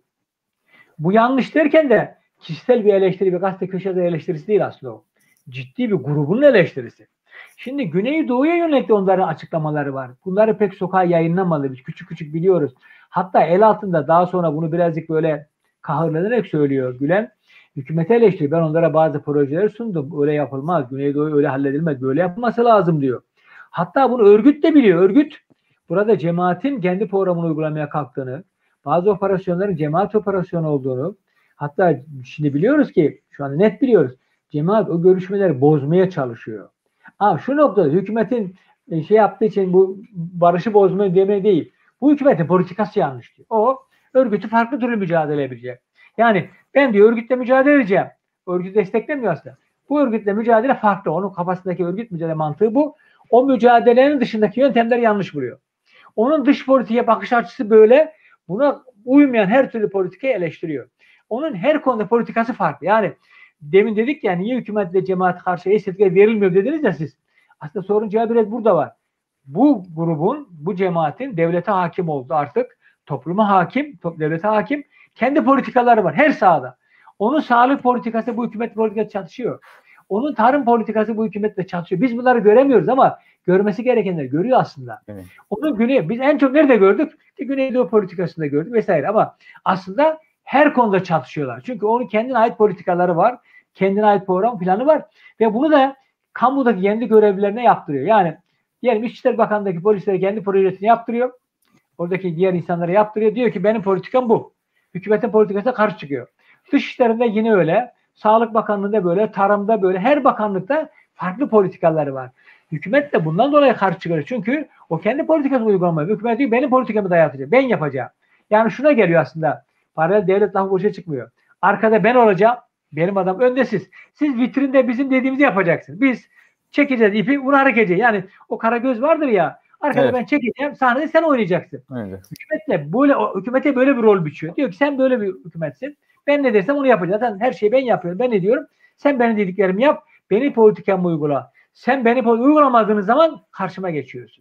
Bu yanlış derken de kişisel bir eleştiri, bir gazete köşede eleştirisi değil aslında o. Ciddi bir grubun eleştirisi. Şimdi Güneydoğu'ya yönelik de onların açıklamaları var. Bunları pek sokağa yayınlamadı. Biz küçük küçük biliyoruz. Hatta el altında daha sonra bunu birazcık böyle kahırlanarak söylüyor Gülen. Hükümete eleştiriyor. Ben onlara bazı projeler sundum. Öyle yapılmaz. Güneydoğu öyle halledilmez. Böyle yapılması lazım diyor. Hatta bunu örgüt de biliyor. Örgüt burada cemaatin kendi programını uygulamaya kalktığını, bazı operasyonların cemaat operasyonu olduğunu, hatta şimdi biliyoruz ki, şu anda net biliyoruz, cemaat o görüşmeleri bozmaya çalışıyor. Ama şu noktada hükümetin şey yaptığı için bu barışı bozma deme değil. Bu hükümetin politikası yanlış diyor. O örgütü farklı türlü mücadele edecek. Yani ben diyor örgütle mücadele edeceğim. Örgütü desteklemiyor aslında. Bu örgütle mücadele farklı. Onun kafasındaki örgüt mücadele mantığı bu. O mücadelenin dışındaki yöntemleri yanlış buluyor. Onun dış politikaya bakış açısı böyle. Buna uymayan her türlü politikayı eleştiriyor. Onun her konuda politikası farklı. Yani demin dedik ya, niye hükümetle cemaat karşı eşitlikler verilmiyor dediniz ya siz. Aslında sorun cevabı biraz burada var. Bu grubun, bu cemaatin devlete hakim oldu artık. Topluma hakim, top, devlete hakim. Kendi politikaları var her sahada. Onun sağlık politikası bu hükümet politikası çatışıyor. Onun tarım politikası bu hükümetle çatışıyor. Biz bunları göremiyoruz ama görmesi gerekenleri görüyor aslında. Evet. Onun güney, biz en çok nerede gördük? İşte Güneydoğu politikasında gördük vesaire, ama aslında her konuda çatışıyorlar. Çünkü onun kendine ait politikaları var. Kendine ait program planı var. Ve bunu da kamudaki kendi görevlilerine yaptırıyor. Yani diyelim İçişleri Bakanlığı'ndaki polislere kendi projesini yaptırıyor. Oradaki diğer insanlara yaptırıyor. Diyor ki benim politikam bu. Hükümetin politikasına karşı çıkıyor. Dışişlerinde yine öyle. Sağlık Bakanlığı'nda böyle. Tarımda böyle. Her bakanlıkta farklı politikaları var. Hükümet de bundan dolayı karşı çıkıyor. Çünkü o kendi politikasını uygulamıyor. Hükümet diyor benim politikamı dayatacak. Ben yapacağım. Yani şuna geliyor aslında. Paralel devlet lafı boşa çıkmıyor. Arkada ben olacağım. Benim adam önde siz. Siz vitrinde bizim dediğimizi yapacaksınız. Biz çekeceğiz ipi, bunu hareket edeceğiz. Yani o Karagöz vardır ya. Arkada evet. Ben çekeceğim. Sahnede sen oynayacaksın. Evet. Hükümetle böyle, hükümete böyle bir rol biçiyor. Diyor ki sen böyle bir hükümetsin. Ben ne dersem onu yapacağım. Zaten her şeyi ben yapıyorum. Ben ne diyorum? Sen benim dediklerimi yap. Benim politikamı uygula. Sen beni uygulamadığınız zaman karşıma geçiyorsun.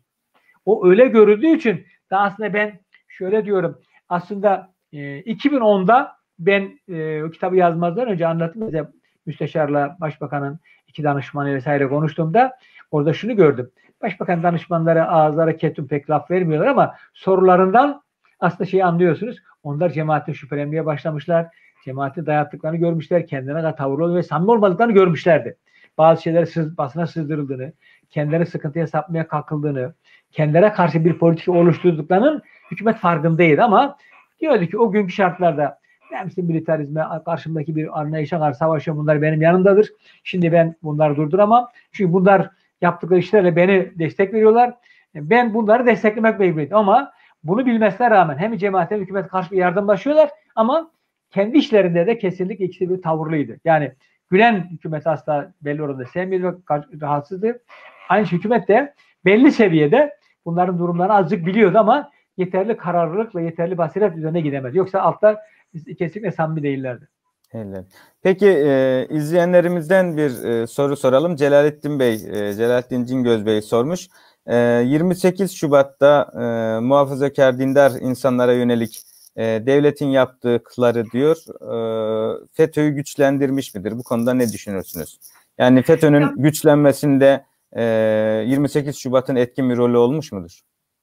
O öyle görüldüğü için da aslında ben şöyle diyorum. Aslında e, iki bin onda ben e, o kitabı yazmazdan önce anlattım. Mesela Müsteşarla Başbakanın iki danışmanı vesaire konuştuğumda orada şunu gördüm. Başbakan danışmanları ağızlara ketum pek laf vermiyorlar ama sorularından aslında şeyi anlıyorsunuz. Onlar cemaatten şüphelenmeye başlamışlar. Cemaati dayattıklarını görmüşler. Kendilerine de tavırlı ve samimi olmadıklarını görmüşlerdi. Bazı şeyleri sız, basına sızdırıldığını, kendileri sıkıntıya sapmaya kalkıldığını, kendilerine karşı bir politika oluşturduklarının hükümet farkındaydı ama diyordu ki o günkü şartlarda ben militarizme, karşımdaki bir anlayışa karşı savaşıyorum. Bunlar benim yanımdadır. Şimdi ben bunları durduramam. Çünkü bunlar yaptıkları işlerle beni destek veriyorlar. Ben bunları desteklemek mecburiyim. Ama bunu bilmesine rağmen hem cemaat hem hükümet karşı bir yardımlaşıyorlar ama kendi işlerinde de kesinlikle ikisi bir tavırlıydı. Yani Gülen hükümet asla belli oranda sevmiyordu, rahatsızdı. Aynı hükümet de belli seviyede bunların durumlarını azıcık biliyordu ama yeterli kararlılıkla, yeterli basiret üzerine gidemedi. Yoksa altta kesinlikle samimi değillerdi. Evet. Peki e, izleyenlerimizden bir e, soru soralım. Celalettin Bey, e, Celalettin Cingöz Bey sormuş. E, yirmi sekiz Şubat'ta e, muhafazakar dindar insanlara yönelik e, devletin yaptıkları diyor e, FETÖ'yü güçlendirmiş midir? Bu konuda ne düşünürsünüz? Yani FETÖ'nün güçlenmesinde e, yirmi sekiz Şubat'ın etkin bir rolü olmuş mudur?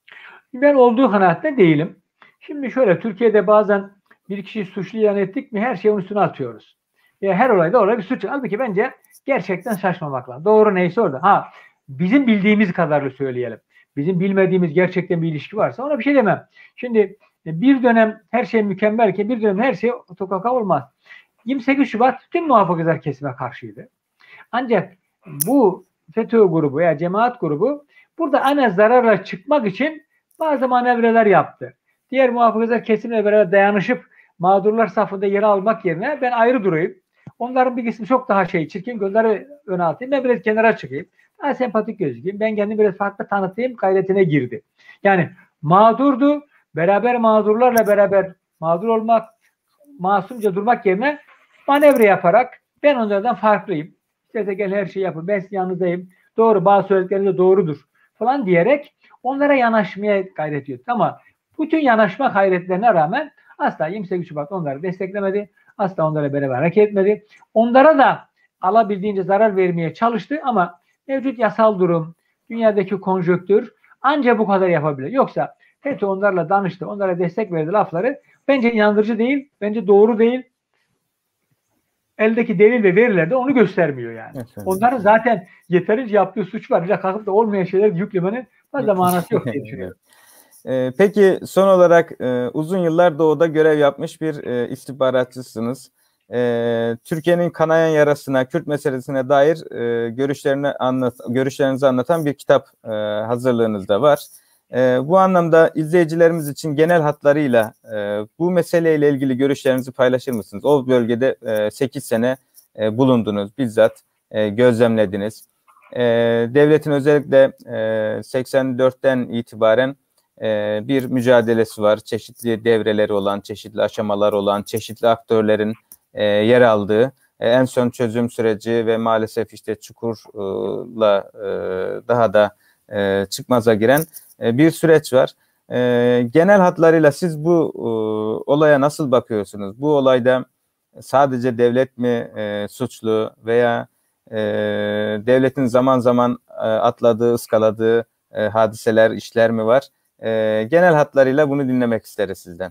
Ben olduğu kanaatte değilim. Şimdi şöyle, Türkiye'de bazen bir kişiyi suçlu ilan ettik mi her şeyin üstüne atıyoruz. Yani her olayda orada bir suç. Halbuki bence gerçekten şaşmamak lazım. Doğru neyse orada. Ha, bizim bildiğimiz kadarını söyleyelim. Bizim bilmediğimiz gerçekten bir ilişki varsa ona bir şey demem. Şimdi bir dönem her şey mükemmelken bir dönem her şey otokoka olmaz. yirmi sekiz Şubat tüm muhafazakar kesime karşıydı. Ancak bu FETÖ grubu veya cemaat grubu burada ana zararla çıkmak için bazı manevralar yaptı. Diğer muhafazakar kesimle beraber dayanışıp mağdurlar safında yer almak yerine ben ayrı durayım. Onların bir kısmı çok daha şey çirkin, gözleri öne atayım. Ben biraz kenara çıkayım. Daha sempatik gözükeyim. Ben kendimi biraz farklı tanıtayım gayretine girdi. Yani mağdurdu. Beraber mağdurlarla beraber mağdur olmak, masumca durmak yerine manevra yaparak ben onlardan farklıyım. İsterse gel her şeyi yapın. Ben sizin yanınızdayım. Doğru, bazı söyledikleriniz de doğrudur. falan diyerek onlara yanaşmaya gayret ediyor. Ama bütün yanaşma gayretlerine rağmen asla yirmi sekiz Şubat onları desteklemedi. Asla onlara beraber hareket etmedi. Onlara da alabildiğince zarar vermeye çalıştı ama mevcut yasal durum, dünyadaki konjonktür ancak bu kadar yapabilir. Yoksa FETÖ onlarla danıştı, onlara destek verdi lafları bence inandırıcı değil, bence doğru değil. Eldeki delil ve veriler de onu göstermiyor yani. Efendim. Onların zaten yeterince yaptığı suç var. Bir de kalkıp da olmayan şeyler yüklemenin fazla manası yok diye düşünüyorum. Ee, peki son olarak e, uzun yıllar doğuda görev yapmış bir e, istihbaratçısınız. E, Türkiye'nin kanayan yarasına, Kürt meselesine dair e, görüşlerini anlat, görüşlerinizi anlatan bir kitap e, hazırlığınızda var. E, bu anlamda izleyicilerimiz için genel hatlarıyla e, bu meseleyle ilgili görüşlerinizi paylaşır mısınız? O bölgede e, sekiz sene e, bulundunuz, bizzat e, gözlemlediniz. E, devletin özellikle e, seksen dörtten itibaren e, bir mücadelesi var. Çeşitli devreleri olan, çeşitli aşamalar olan, çeşitli aktörlerin e, yer aldığı, e, en son çözüm süreci ve maalesef işte Çukur'la e, daha da e, çıkmaza giren e, bir süreç var. E, genel hatlarıyla siz bu e, olaya nasıl bakıyorsunuz? Bu olayda sadece devlet mi e, suçlu veya e, devletin zaman zaman e, atladığı, ıskaladığı e, hadiseler, işler mi var? E, genel hatlarıyla bunu dinlemek isteriz sizden.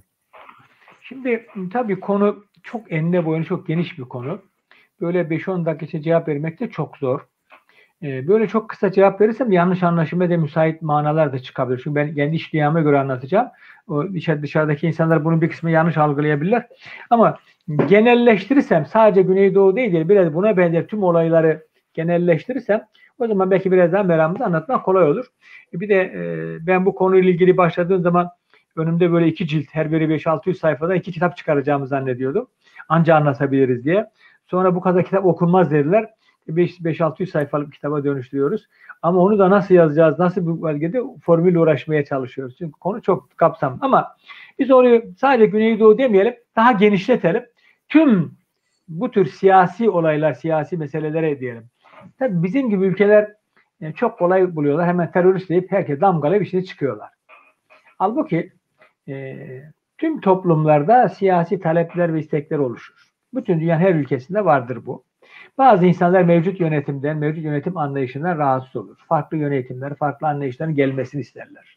Şimdi tabii konu çok enine boyuna çok geniş bir konu. Böyle beş on dakika cevap vermek de çok zor. Ee, böyle çok kısa cevap verirsem yanlış anlaşılmaya da müsait manalar da çıkabilir. Çünkü ben kendi iş dünyama göre anlatacağım. O dışarıdaki insanlar bunun bir kısmı yanlış algılayabilirler. Ama genelleştirirsem sadece Güneydoğu değil de biraz buna benzer tüm olayları genelleştirirsem o zaman belki biraz daha meramımızı anlatmak kolay olur. Bir de e, ben bu konuyla ilgili başladığım zaman önümde böyle iki cilt, her biri beş altı yüz sayfadan iki kitap çıkaracağımı zannediyordum. Anca anlatabiliriz diye. Sonra bu kadar kitap okunmaz dediler. beş altı yüz sayfalık bir kitaba dönüştürüyoruz. Ama onu da nasıl yazacağız, nasıl bu bölgede formülle uğraşmaya çalışıyoruz. Çünkü konu çok kapsamlı. Ama biz orayı sadece Güneydoğu demeyelim, daha genişletelim. Tüm bu tür siyasi olaylar, siyasi meselelere diyelim. Tabii bizim gibi ülkeler yani çok kolay buluyorlar. Hemen terörist deyip herkes damgalı bir şey çıkıyorlar. Halbuki e, tüm toplumlarda siyasi talepler ve istekler oluşur. Bütün dünyanın her ülkesinde vardır bu. Bazı insanlar mevcut yönetimden, mevcut yönetim anlayışından rahatsız olur. Farklı yönetimler, farklı anlayışların gelmesini isterler.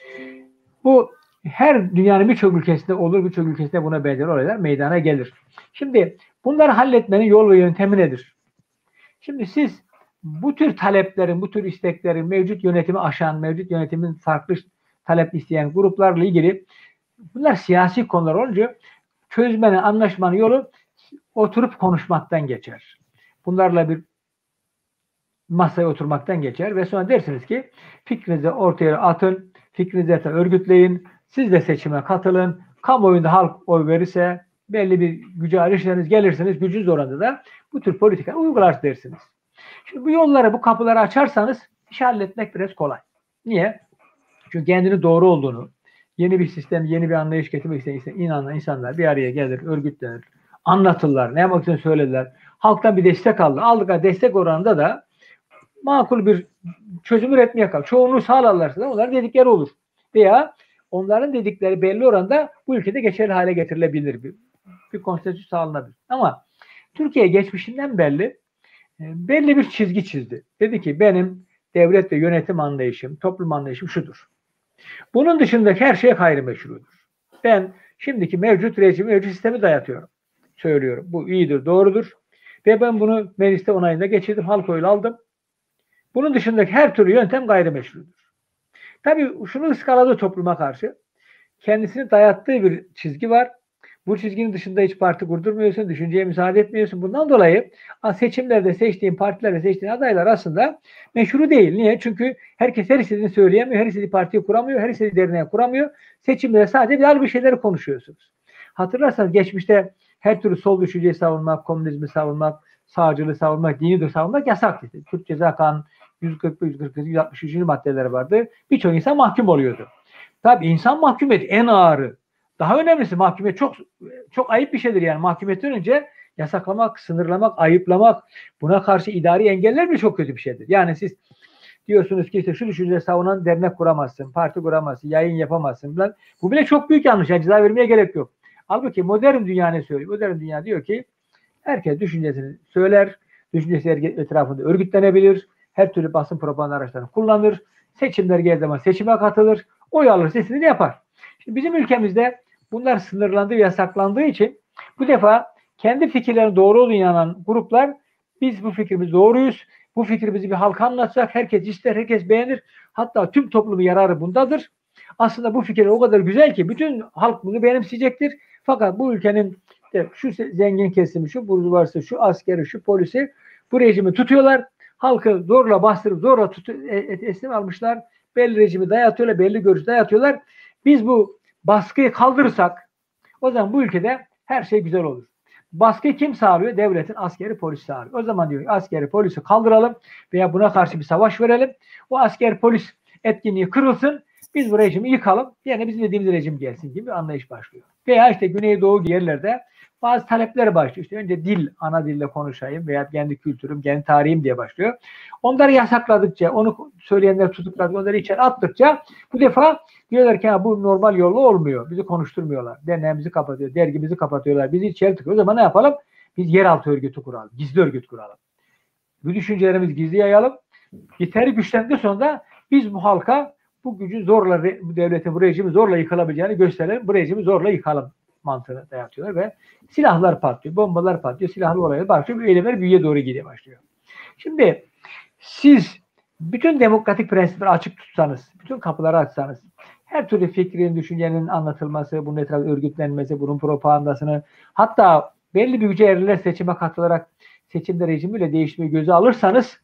Bu her dünyanın birçok ülkesinde olur, birçok ülkesinde buna benzer olaylar meydana gelir. Şimdi bunları halletmenin yol ve yöntemi nedir? Şimdi siz bu tür taleplerin, bu tür isteklerin mevcut yönetimi aşan, mevcut yönetimin farklı talep isteyen gruplarla ilgili bunlar siyasi konular olunca çözmenin, anlaşmanın yolu oturup konuşmaktan geçer. Bunlarla bir masaya oturmaktan geçer ve sonra dersiniz ki fikrinizi ortaya atın, fikrinizi örgütleyin, siz de seçime katılın, kamuoyunda halk oy verirse belli bir güce erişirseniz gelirsiniz, gücünüz oranında da bu tür politika uygular dersiniz. Şimdi bu yolları, bu kapıları açarsanız işi halletmek biraz kolay. Niye? Çünkü kendini doğru olduğunu, yeni bir sistem, yeni bir anlayış getirmek isteyen inanan insanlar bir araya gelir, örgütlenir, anlatırlar, ne yapmak için söylediler. Halktan bir destek aldı. Aldıkları destek oranında da makul bir çözüm üretmeye kalk. Çoğunluğu sağlarlarsa da onların dedikleri olur. Veya onların dedikleri belli oranda bu ülkede geçerli hale getirilebilir. Bir, bir konsensüs sağlanabilir. Ama Türkiye geçmişinden belli belli bir çizgi çizdi. Dedi ki benim devlet ve yönetim anlayışım, toplum anlayışım şudur. Bunun dışındaki her şey gayrimeşrudur. Ben şimdiki mevcut rejimi, mevcut sistemi dayatıyorum. Söylüyorum. Bu iyidir, doğrudur. Ve ben bunu mecliste onayına geçirdim. Halk oyunu aldım. Bunun dışındaki her türlü yöntem gayrimeşrudur. Tabii şunu ıskaladı topluma karşı. Kendisini dayattığı bir çizgi var. Bu çizginin dışında hiç parti kurdurmuyorsun, düşünceye müsaade etmiyorsun. Bundan dolayı seçimlerde seçtiğin partilerle seçtiğin adaylar aslında meşru değil. Niye? Çünkü herkes her istediğini söyleyemiyor, her istediği partiyi kuramıyor, her istediği derneği kuramıyor. Seçimlerde sadece bir bir şeyleri konuşuyorsunuz. Hatırlarsanız geçmişte her türlü sol düşünceyi savunmak, komünizmi savunmak, sağcılığı savunmak, dini de savunmak yasaktı. Türk Ceza Kanunu yüz kırk, yüz kırk, yüz altmış üç maddeleri vardı. Birçok insan mahkum oluyordu. Tabii insan mahkumiyeti en ağırı. Daha önemlisi mahkumiyet çok çok ayıp bir şeydir yani. Mahkumiyetten önce yasaklamak, sınırlamak, ayıplamak, buna karşı idari engeller bile çok kötü bir şeydir. Yani siz Diyorsunuz ki işte şu düşünceleri savunan dernek kuramazsın, parti kuramazsın, yayın yapamazsın falan. Bu bile çok büyük yanlış. Yani ceza vermeye gerek yok. Halbuki modern dünya ne söylüyor? Modern dünya diyor ki herkes düşüncesini söyler, düşüncesi etrafında örgütlenebilir, her türlü basın propaganda araçlarını kullanır, seçimler geldiği zaman seçime katılır, oy alırsa istediğini yapar. Şimdi bizim ülkemizde bunlar sınırlandığı ve yasaklandığı için bu defa kendi fikirlerin doğru olduğunu inanan gruplar biz bu fikrimiz doğruyuz, bu fikrimizi bir halka anlatsak herkes ister, herkes beğenir, hatta tüm toplumun yararı bundadır. Aslında bu fikir o kadar güzel ki bütün halk bunu benimseyecektir. Fakat bu ülkenin işte şu zengin kesimi, şu burjuvası, şu askeri, şu polisi bu rejimi tutuyorlar. Halkı zorla bastırıp zorla tutu, teslim almışlar. Belli rejimi dayatıyorlar, belli görüş dayatıyorlar. Biz bu baskıyı kaldırırsak o zaman bu ülkede her şey güzel olur. Baskıyı kim sağlıyor? Devletin askeri polis sağlıyor. O zaman diyor askeri polisi kaldıralım veya buna karşı bir savaş verelim. O asker polis etkinliği kırılsın. Biz bu rejimi yıkalım. Yani bizim dediğimiz rejim gelsin gibi bir anlayış başlıyor. Veya işte Güneydoğu yerlerde bazı talepler başlıyor. İşte önce dil, ana dille konuşayım veya kendi kültürüm, kendi tarihim diye başlıyor. Onları yasakladıkça, onu söyleyenler tutukladıkça, onları içeri attıkça bu defa diyorlar ki bu normal yolla olmuyor. Bizi konuşturmuyorlar. Derneğimizi kapatıyor, dergimizi kapatıyorlar. Bizi içeri tıkıyor. O zaman ne yapalım? Biz yeraltı örgütü kuralım. Gizli örgüt kuralım. Bu düşüncelerimizi gizli yayalım. Yeteri güçlendi sonra biz bu halka bu gücü zorla, bu devletin, bu rejimi zorla yıkılabileceğini gösterelim. Bu rejimi zorla yıkalım mantığını dayatıyorlar ve silahlar patlıyor, bombalar patlıyor, silahlı olaylar başlıyor. Eylemler büyüye doğru gidiyor başlıyor. Şimdi siz bütün demokratik prensipleri açık tutsanız, bütün kapıları açsanız, her türlü fikrin, düşüncenin anlatılması, bunun etrafında örgütlenmesi, bunun propagandasını, hatta belli bir güce erirler seçime katılarak seçimde rejimiyle değişmeyi göze alırsanız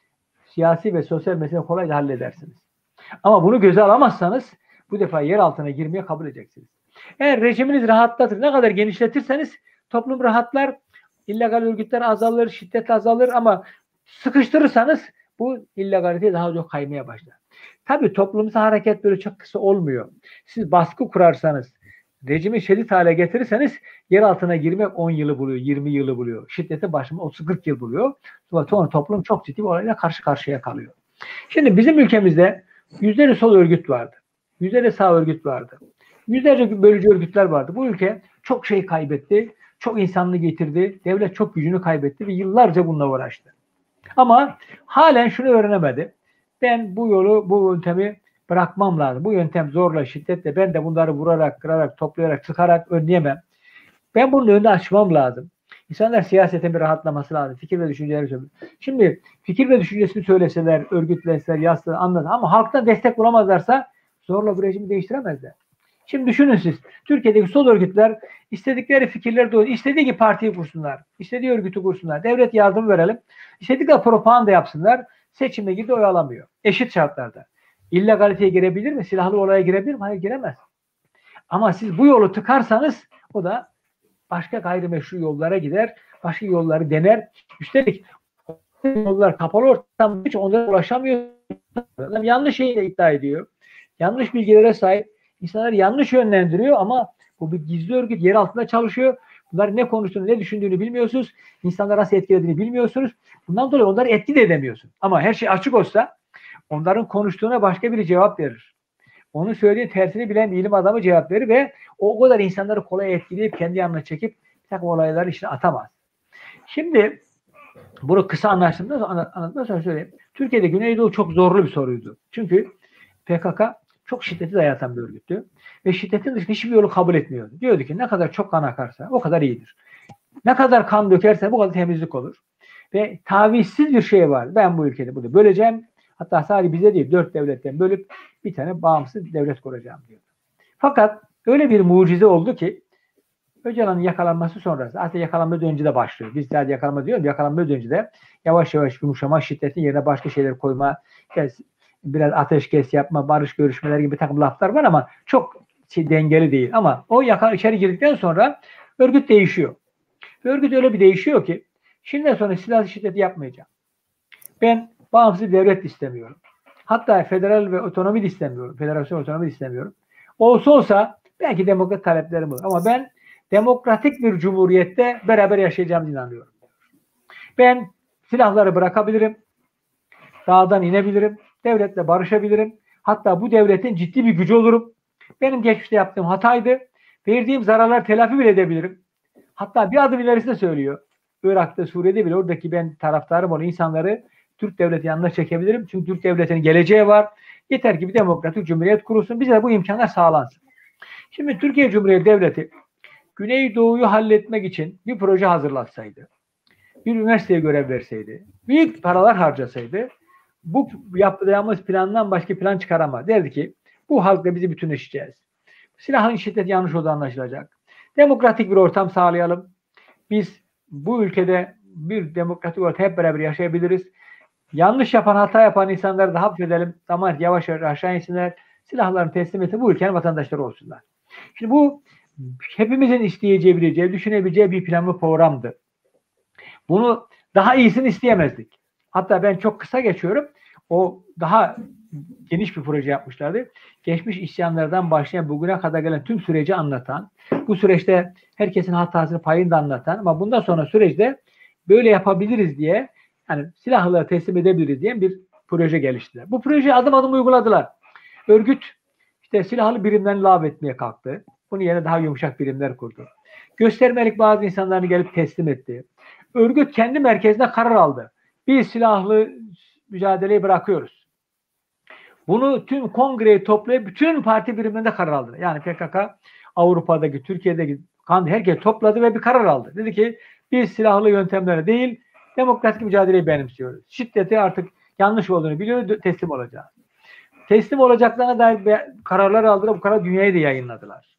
siyasi ve sosyal mesele kolayca halledersiniz. Ama bunu göze alamazsanız bu defa yer altına girmeye kabul edeceksiniz. Eğer rejiminiz rahatlatır, ne kadar genişletirseniz toplum rahatlar, illegal örgütler azalır, şiddet azalır ama sıkıştırırsanız bu illegaliteye daha çok kaymaya başlar. Tabii toplumsal hareket böyle çok kısa olmuyor. Siz baskı kurarsanız, rejimi şiddet hale getirirseniz yer altına girmek on yılı buluyor, yirmi yılı buluyor. Şiddete başlamak otuz kırk yıl buluyor. Sonra toplum çok ciddi bir olayla karşı karşıya kalıyor. Şimdi bizim ülkemizde yüzlerce sol örgüt vardı. Yüzlerce sağ örgüt vardı. Yüzlerce bölücü örgütler vardı. Bu ülke çok şey kaybetti. Çok insanlığı getirdi. Devlet çok gücünü kaybetti ve yıllarca bununla uğraştı. Ama halen şunu öğrenemedi. Ben bu yolu, bu yöntemi bırakmam lazım. Bu yöntem zorla, şiddetle ben de bunları vurarak, kırarak, toplayarak, çıkarak önleyemem. Ben bunun önünü açmam lazım. İnsanlar siyasetin bir rahatlaması lazım. Fikir ve düşünceleri söylüyor. Şimdi fikir ve düşüncesini söyleseler, örgütlenseler, yazsalar, anlatır. Ama halktan destek bulamazlarsa zorla bu rejimi değiştiremezler. Şimdi düşünün siz. Türkiye'deki sol örgütler istedikleri fikirleri doğru, istediği gibi partiyi kursunlar. İstediği örgütü kursunlar. Devlet yardım verelim. İstedikleri propaganda yapsınlar. Seçimde girdi oy alamıyor. Eşit şartlarda. İllegaliteye girebilir mi? Silahlı olaya girebilir mi? Hayır, giremez. Ama siz bu yolu tıkarsanız o da başka gayrimeşru yollara gider. Başka yolları dener. Üstelik yollar kapalı ortam hiç onlara ulaşamıyor. Adam yanlış şeyi iddia ediyor. Yanlış bilgilere sahip. İnsanları yanlış yönlendiriyor ama bu bir gizli örgüt yer altında çalışıyor. Bunlar ne konuştuğunu, ne düşündüğünü bilmiyorsunuz. İnsanları nasıl etkilediğini bilmiyorsunuz. Bundan dolayı onları etki de edemiyorsun. Ama her şey açık olsa onların konuştuğuna başka biri cevap verir. Onun söylediği tersini bilen bir ilim adamı cevap verir ve o, o kadar insanları kolay etkileyip kendi yanına çekip bir takım olayları içine atamaz. Şimdi bunu kısa anlaştığımda anlatmadan sonra söyleyeyim. Türkiye'de Güneydoğu çok zorlu bir soruydu. Çünkü P K K çok şiddeti dayatan bir örgüttü. Ve şiddetin dışında hiçbir yolu kabul etmiyordu. Diyordu ki ne kadar çok kan akarsa o kadar iyidir. Ne kadar kan dökerse bu kadar temizlik olur. Ve tavizsiz bir şey var. Ben bu ülkede bunu böleceğim. Hatta sadece bize değil dört devletten bölüp bir tane bağımsız devlet kuracağım diyordu. Fakat öyle bir mucize oldu ki Öcalan'ın yakalanması sonrası, aslında yakalanmadan önce de başlıyor. Biz sadece yakalanma diyorum, yakalanmadan önce de yavaş yavaş yumuşama, şiddetin yerine başka şeyler koyma, biraz ateşkes yapma, barış görüşmeleri gibi bir takım laflar var ama çok şey, dengeli değil. Ama o yaka, içeri girdikten sonra örgüt değişiyor. Örgüt öyle bir değişiyor ki şimdiden sonra silahlı şiddeti yapmayacağım. Ben bağımsız devlet istemiyorum. Hatta federal ve otonomi de istemiyorum. Federasyon otonomi de istemiyorum. Olsa olsa belki demokrat taleplerim olur. Ama ben demokratik bir cumhuriyette beraber yaşayacağımıza inanıyorum. Ben silahları bırakabilirim. Dağdan inebilirim. Devletle barışabilirim. Hatta bu devletin ciddi bir gücü olurum. Benim geçmişte yaptığım hataydı. Verdiğim zararlar telafi bile edebilirim. Hatta bir adım ilerisinde söylüyor. Irak'ta, Suriye'de bile oradaki ben taraftarım olan insanları Türk devleti yanına çekebilirim. Çünkü Türk devletinin geleceği var. Yeter ki bir demokratik cumhuriyet kurulsun. Bize bu imkanlar sağlansın. Şimdi Türkiye Cumhuriyeti Devleti Güneydoğu'yu halletmek için bir proje hazırlatsaydı, bir üniversiteye görev verseydi, büyük paralar harcasaydı, bu yapacağımız plandan başka plan çıkaramaz. Derdi ki bu halkla bizi bütünleşeceğiz. Silahın şiddeti yanlış olduğu anlaşılacak. Demokratik bir ortam sağlayalım. Biz bu ülkede bir demokratik ortam hep beraber yaşayabiliriz. Yanlış yapan, hata yapan insanları da hafifedelim. Zaman yavaş yavaş aşağı insinler. Silahlarını teslim edip bu ülkenin vatandaşları olsunlar. Şimdi bu hepimizin isteyeceği, bileceği, düşünebileceği bir plan ve programdı. Bunu daha iyisini isteyemezdik. Hatta ben çok kısa geçiyorum. O daha geniş bir proje yapmışlardı. Geçmiş isyanlardan başlayan bugüne kadar gelen tüm süreci anlatan, bu süreçte herkesin hatasını, payını da anlatan ama bundan sonra süreçte böyle yapabiliriz diye, yani silahları teslim edebiliriz diye bir proje geliştirdiler. Bu projeyi adım adım uyguladılar. Örgüt işte silahlı birimlerini lağvetmeye kalktı. Bunun yerine daha yumuşak birimler kurdu. Göstermelik bazı insanlarını gelip teslim etti. Örgüt kendi merkezine karar aldı. Biz silahlı mücadeleyi bırakıyoruz. Bunu tüm kongreyi toplayıp bütün parti birimlerinde karar aldı. Yani P K K Avrupa'daki, Türkiye'deki herkes topladı ve bir karar aldı. Dedi ki biz silahlı yöntemlere değil demokratik mücadeleyi benimsiyoruz. Şiddeti artık yanlış olduğunu biliyoruz, teslim olacağız. Teslim olacaklarına dair kararlar aldılar. Bu karar dünyaya da yayınladılar.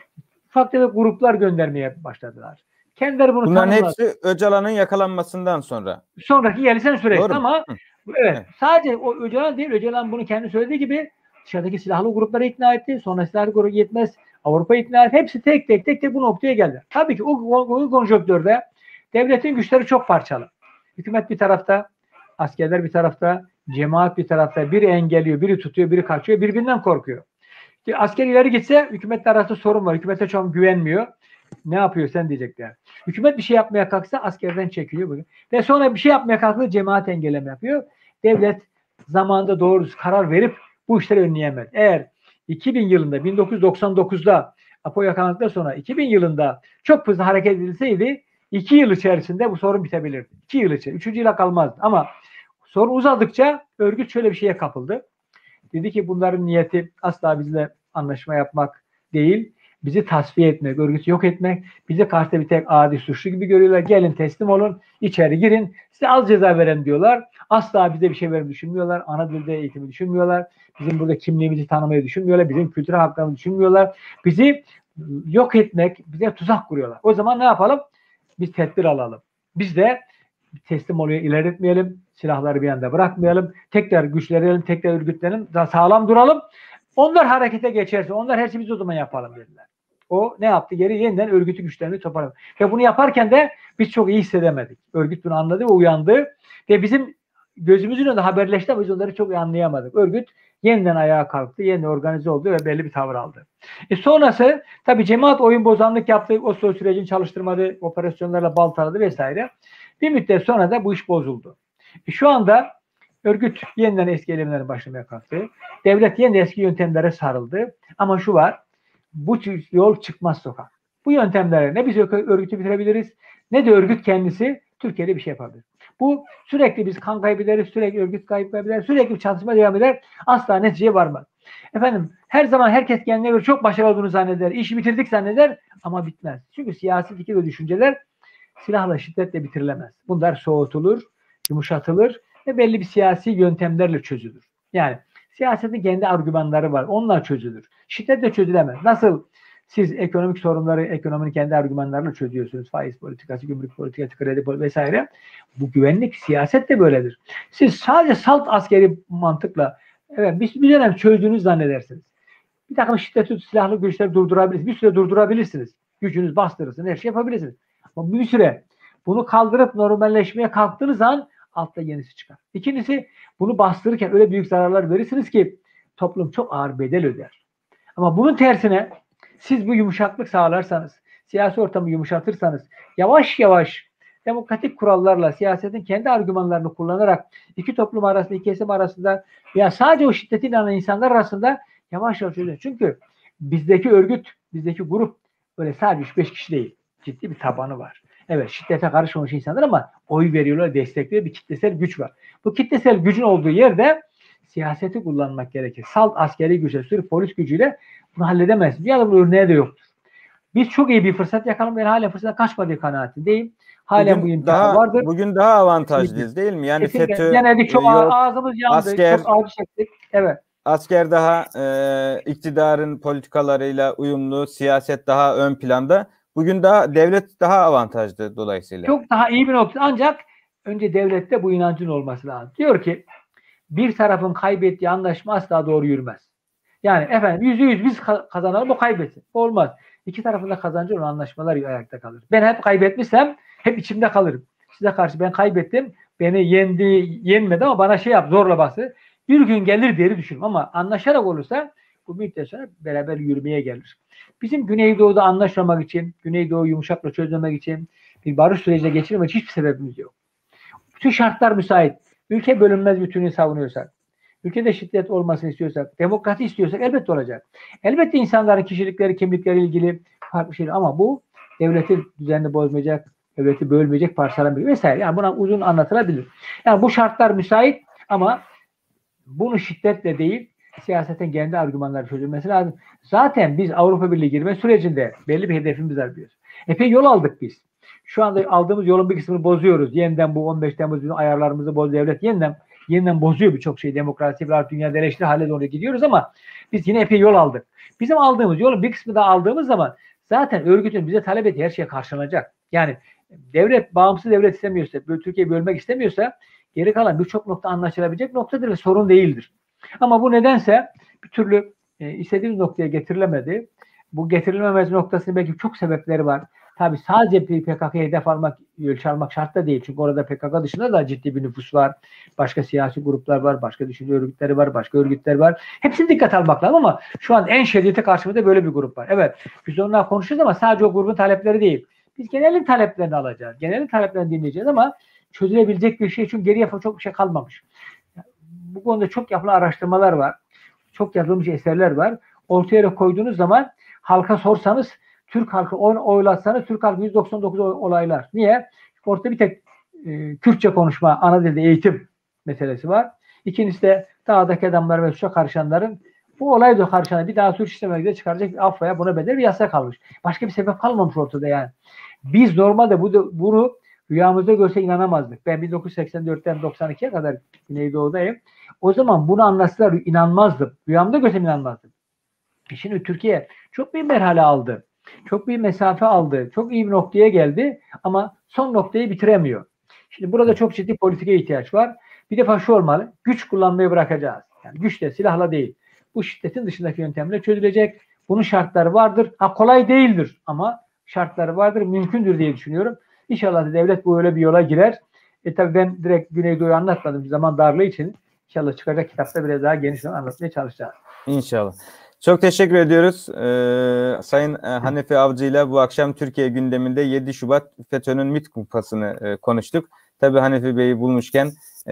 Ufak tefek gruplar göndermeye başladılar. Kendileri bunu Bunların tanımladı. hepsi Öcalan'ın yakalanmasından sonra. Sonraki gelişen süreç ama Hı. evet, Evet. sadece o Öcalan değil, Öcalan bunu kendi söylediği gibi dışarıdaki silahlı grupları ikna etti. Sonra silahlı grup yetmez. Avrupa ikna etti. Hepsi tek tek tek tek bu noktaya geldi. Tabii ki o, o, o konjonktürde devletin güçleri çok parçalı. Hükümet bir tarafta, askerler bir tarafta, cemaat bir tarafta. Biri engelliyor, biri tutuyor, biri kaçıyor, birbirinden korkuyor. İşte asker ileri gitse hükümetle arasında sorun var. Hükümete çok güvenmiyor. Ne yapıyor sen diyecekler. Hükümet bir şey yapmaya kalksa askerden çekiliyor. Bugün. Ve sonra bir şey yapmaya kalksa cemaat engelleme yapıyor. Devlet zamanında doğru karar verip bu işleri önleyemez. Eğer iki bin yılında, bin dokuz yüz doksan dokuzda Apo yakalandıktan sonra iki bin yılında çok hızlı hareket edilseydi iki yıl içerisinde bu sorun bitebilirdi. iki yıl içerisinde. Üçüncü yıla kalmazdı. Ama sorun uzadıkça örgüt şöyle bir şeye kapıldı. Dedi ki bunların niyeti asla bizle anlaşma yapmak değil, bizi tasfiye etmek, örgütü yok etmek, bize karşı bir tek adi suçlu gibi görüyorlar. Gelin teslim olun, içeri girin, size az ceza veren diyorlar. Asla bize bir şey verin düşünmüyorlar. Ana dilde eğitimi düşünmüyorlar. Bizim burada kimliğimizi tanımayı düşünmüyorlar. Bizim kültür haklarımızı düşünmüyorlar. Bizi yok etmek, bize tuzak kuruyorlar. O zaman ne yapalım? Biz tedbir alalım. Biz de teslim oluyor, ilerletmeyelim. Silahları bir anda bırakmayalım. Tekrar güçlenelim, tekrar örgütlenelim. Daha sağlam duralım. Onlar harekete geçerse, onlar her şeyi biz o zaman yapalım dediler. O ne yaptı? Geri yeniden örgütü güçlerini toparladı. Ve bunu yaparken de biz çok iyi hissedemedik. Örgüt bunu anladı ve uyandı. Ve bizim gözümüzün önünde haberleşti ama biz onları çok iyi anlayamadık. Örgüt yeniden ayağa kalktı, yeniden organize oldu ve belli bir tavır aldı. E sonrası tabii cemaat oyun bozanlık yaptı. Oslo sürecini çalıştırmadı, operasyonlarla baltaladı vesaire. Bir müddet sonra da bu iş bozuldu. E şu anda örgüt yeniden eski eylemlere başlamaya kalktı. Devlet yeniden eski yöntemlere sarıldı. Ama şu var, bu yol çıkmaz sokak. Bu yöntemlere ne biz örgütü bitirebiliriz ne de örgüt kendisi Türkiye'de bir şey yapabilir. Bu sürekli biz kan kaybederiz, sürekli örgüt kaybeder, sürekli bir çalışma devam eder. Asla neticeye varmaz. Efendim her zaman herkes kendine göre çok başarılı olduğunu zanneder, işi bitirdik zanneder ama bitmez. Çünkü siyasi fikir ve düşünceler silahla, şiddetle bitirilemez. Bunlar soğutulur, yumuşatılır ve belli bir siyasi yöntemlerle çözülür. Yani siyasetin kendi argümanları var. Onlar çözülür. Şiddetle çözülemez. Nasıl siz ekonomik sorunları ekonominin kendi argümanlarıyla çözüyorsunuz. Faiz politikası, gümrük politikası, kredi politikası vesaire. Bu güvenlik, siyaset de böyledir. Siz sadece salt askeri mantıkla evet bir, bir dönem çözdüğünüzü zannedersiniz. Bir takım şiddetli silahlı güçleri durdurabilirsiniz. Bir süre durdurabilirsiniz. Gücünüz bastırırsınız. Her şey yapabilirsiniz. Ama bir süre bunu kaldırıp normalleşmeye kalktığınız an altta yenisi çıkar. İkincisi bunu bastırırken öyle büyük zararlar verirsiniz ki toplum çok ağır bedel öder. Ama bunun tersine siz bu yumuşaklık sağlarsanız, siyasi ortamı yumuşatırsanız, yavaş yavaş demokratik kurallarla, siyasetin kendi argümanlarını kullanarak iki toplum arasında, iki kesim arasında veya sadece o şiddete inanan insanlar arasında yavaş yavaş çözülüyor. Çünkü bizdeki örgüt, bizdeki grup böyle sadece üç beş kişi değil. Ciddi bir tabanı var. Evet, şiddete karışmamış insanlar ama oy veriyorlar, destekliyor, bir kitlesel güç var. Bu kitlesel gücün olduğu yerde siyaseti kullanmak gerekir. Salt askeri güçle, sürü polis gücüyle bunu halledemezsin. Bir adamın örneği de yoktur. Biz çok iyi bir fırsat yakaladık. Ben hala fırsattan kaçmadığı kanaatindeyim. Halen bugün bu imkan daha, vardır. Bugün daha avantajlıyız değil mi? Yani Kesinlikle. FETÖ Denedik, çok yok, ağzımız yandı, asker, çok ağrı çektik. Evet. Asker daha e, iktidarın politikalarıyla uyumlu, siyaset daha ön planda. Bugün daha devlet daha avantajlı dolayısıyla. Çok daha iyi bir nokta. Ancak önce devlette bu inancın olması lazım. Diyor ki bir tarafın kaybettiği anlaşma asla doğru yürümez. Yani efendim yüzde yüz biz kazanalım, o kaybetsin. Olmaz. İki tarafın da kazancı olan anlaşmalar ayakta kalır. Ben hep kaybetmişsem hep içimde kalırım. Size karşı ben kaybettim. Beni yendi, yenmedi ama bana şey yap, zorla bastı. Bir gün gelir diye düşünürüm ama anlaşarak olursa bu müddet sonra beraber yürümeye gelir. Bizim Güneydoğu'da anlaşmamak için, Güneydoğu yumuşakla çözmemek için, bir barış sürecine geçirmek için hiçbir sebebimiz yok. Bütün şartlar müsait. Ülke bölünmez bütünlüğünü savunuyorsak, ülkede şiddet olmasını istiyorsak, demokrasi istiyorsak elbette olacak. Elbette insanların kişilikleri, kimlikleri ilgili farklı şeyler ama bu devletin düzenini bozmayacak, devleti bölmeyecek, parçalamayacak vesaire. Yani buna uzun anlatılabilir. Yani bu şartlar müsait ama bunu şiddetle değil, siyasetin kendi argümanları çözülmesi lazım. Zaten biz Avrupa Birliği girme sürecinde belli bir hedefimiz var biliyoruz. Epey yol aldık biz. Şu anda aldığımız yolun bir kısmını bozuyoruz. Yeniden bu on beş Temmuz bizim ayarlarımızı boz devlet yeniden yeniden bozuyor birçok şey. Demokrasi ve dünyada eleştiri hale doğru gidiyoruz ama biz yine epey yol aldık. Bizim aldığımız yolun bir kısmını da aldığımız zaman zaten örgütün bize talep ettiği her şeye karşılanacak. Yani devlet, bağımsız devlet istemiyorsa, Türkiye'yi bölmek istemiyorsa geri kalan birçok nokta anlaşılabilecek noktadır ve sorun değildir. Ama bu nedense bir türlü e, istediğimiz noktaya getirilemedi. Bu getirilmemesi noktasının belki çok sebepleri var. Tabii sadece P K K'ya hedef almak, ölçü almak şart da değil. Çünkü orada P K K dışında da ciddi bir nüfus var. Başka siyasi gruplar var, başka düşünce örgütleri var, başka örgütler var. Hepsini dikkat almak lazım ama şu an en şiddeti karşımızda böyle bir grup var. Evet, biz onlarla konuşuyoruz ama sadece o grubun talepleri değil. Biz genelin taleplerini alacağız. Genelin taleplerini dinleyeceğiz ama çözülebilecek bir şey için geriye çok bir şey kalmamış. Bu konuda çok yapılan araştırmalar var. Çok yazılmış eserler var. Ortaya koyduğunuz zaman halka sorsanız, Türk halkı oylatsanız Türk halkı yüz doksan dokuz olaylar. Niye? Ortada bir tek e, Kürtçe konuşma, ana dilde eğitim meselesi var. İkincisi de dağdaki adamlar ve suça karışanların bu olay da karşına bir daha suç işlemekle çıkaracak bir af veya buna bedel bir yasa kalmış. Başka bir sebep kalmamış ortada yani. Biz normalde bu, bunu rüyamızda görse inanamazdık. Ben bin dokuz yüz seksen dörtten doksan ikiye kadar Güneydoğu'dayım. O zaman bunu anlatsalar inanmazdım. Rüyamda görsem inanmazdım. Şimdi Türkiye çok bir merhale aldı. Çok bir mesafe aldı. Çok iyi bir noktaya geldi ama son noktayı bitiremiyor. Şimdi burada çok ciddi politikaya ihtiyaç var. Bir defa şu olmalı. Güç kullanmayı bırakacağız. Yani güçle, silahla değil. Bu şiddetin dışındaki yöntemle çözülecek. Bunun şartları vardır. Ha kolay değildir ama şartları vardır. Mümkündür diye düşünüyorum. İnşallah da devlet bu öyle bir yola girer. E tabii ben direkt Güneydoğu'yu anlatmadım. Bir zaman darlığı için. İnşallah çıkacak kitapta biraz daha geniş anlatmaya çalışacağız. İnşallah. Çok teşekkür ediyoruz. Ee, Sayın e, Hanefi Avcı ile bu akşam Türkiye gündeminde yedi Şubat FETÖ'nün MİT kupasını e, konuştuk. Tabii Hanefi Bey'i bulmuşken e,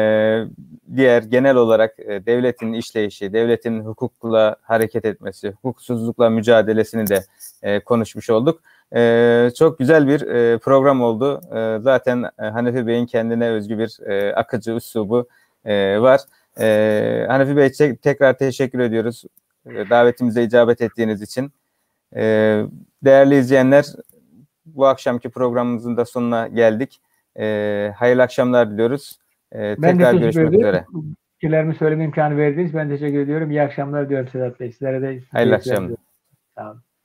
diğer genel olarak e, devletin işleyişi, devletin hukukla hareket etmesi, hukuksuzlukla mücadelesini de e, konuşmuş olduk. E, çok güzel bir e, program oldu. E, zaten e, Hanefi Bey'in kendine özgü bir e, akıcı üslubu e, var. E, Hanefi Bey te- tekrar teşekkür ediyoruz. Davetimize icabet ettiğiniz için. Ee, değerli izleyenler, bu akşamki programımızın da sonuna geldik. Ee, hayırlı akşamlar diliyoruz. Ee, ben tekrar de görüşmek ederim. üzere. Fikirlerimi söyleme imkanı verdiniz. Ben teşekkür ediyorum. İyi akşamlar diyorum Sedat Bey. Sizlere de hayırlı akşamlar. Sağ olun.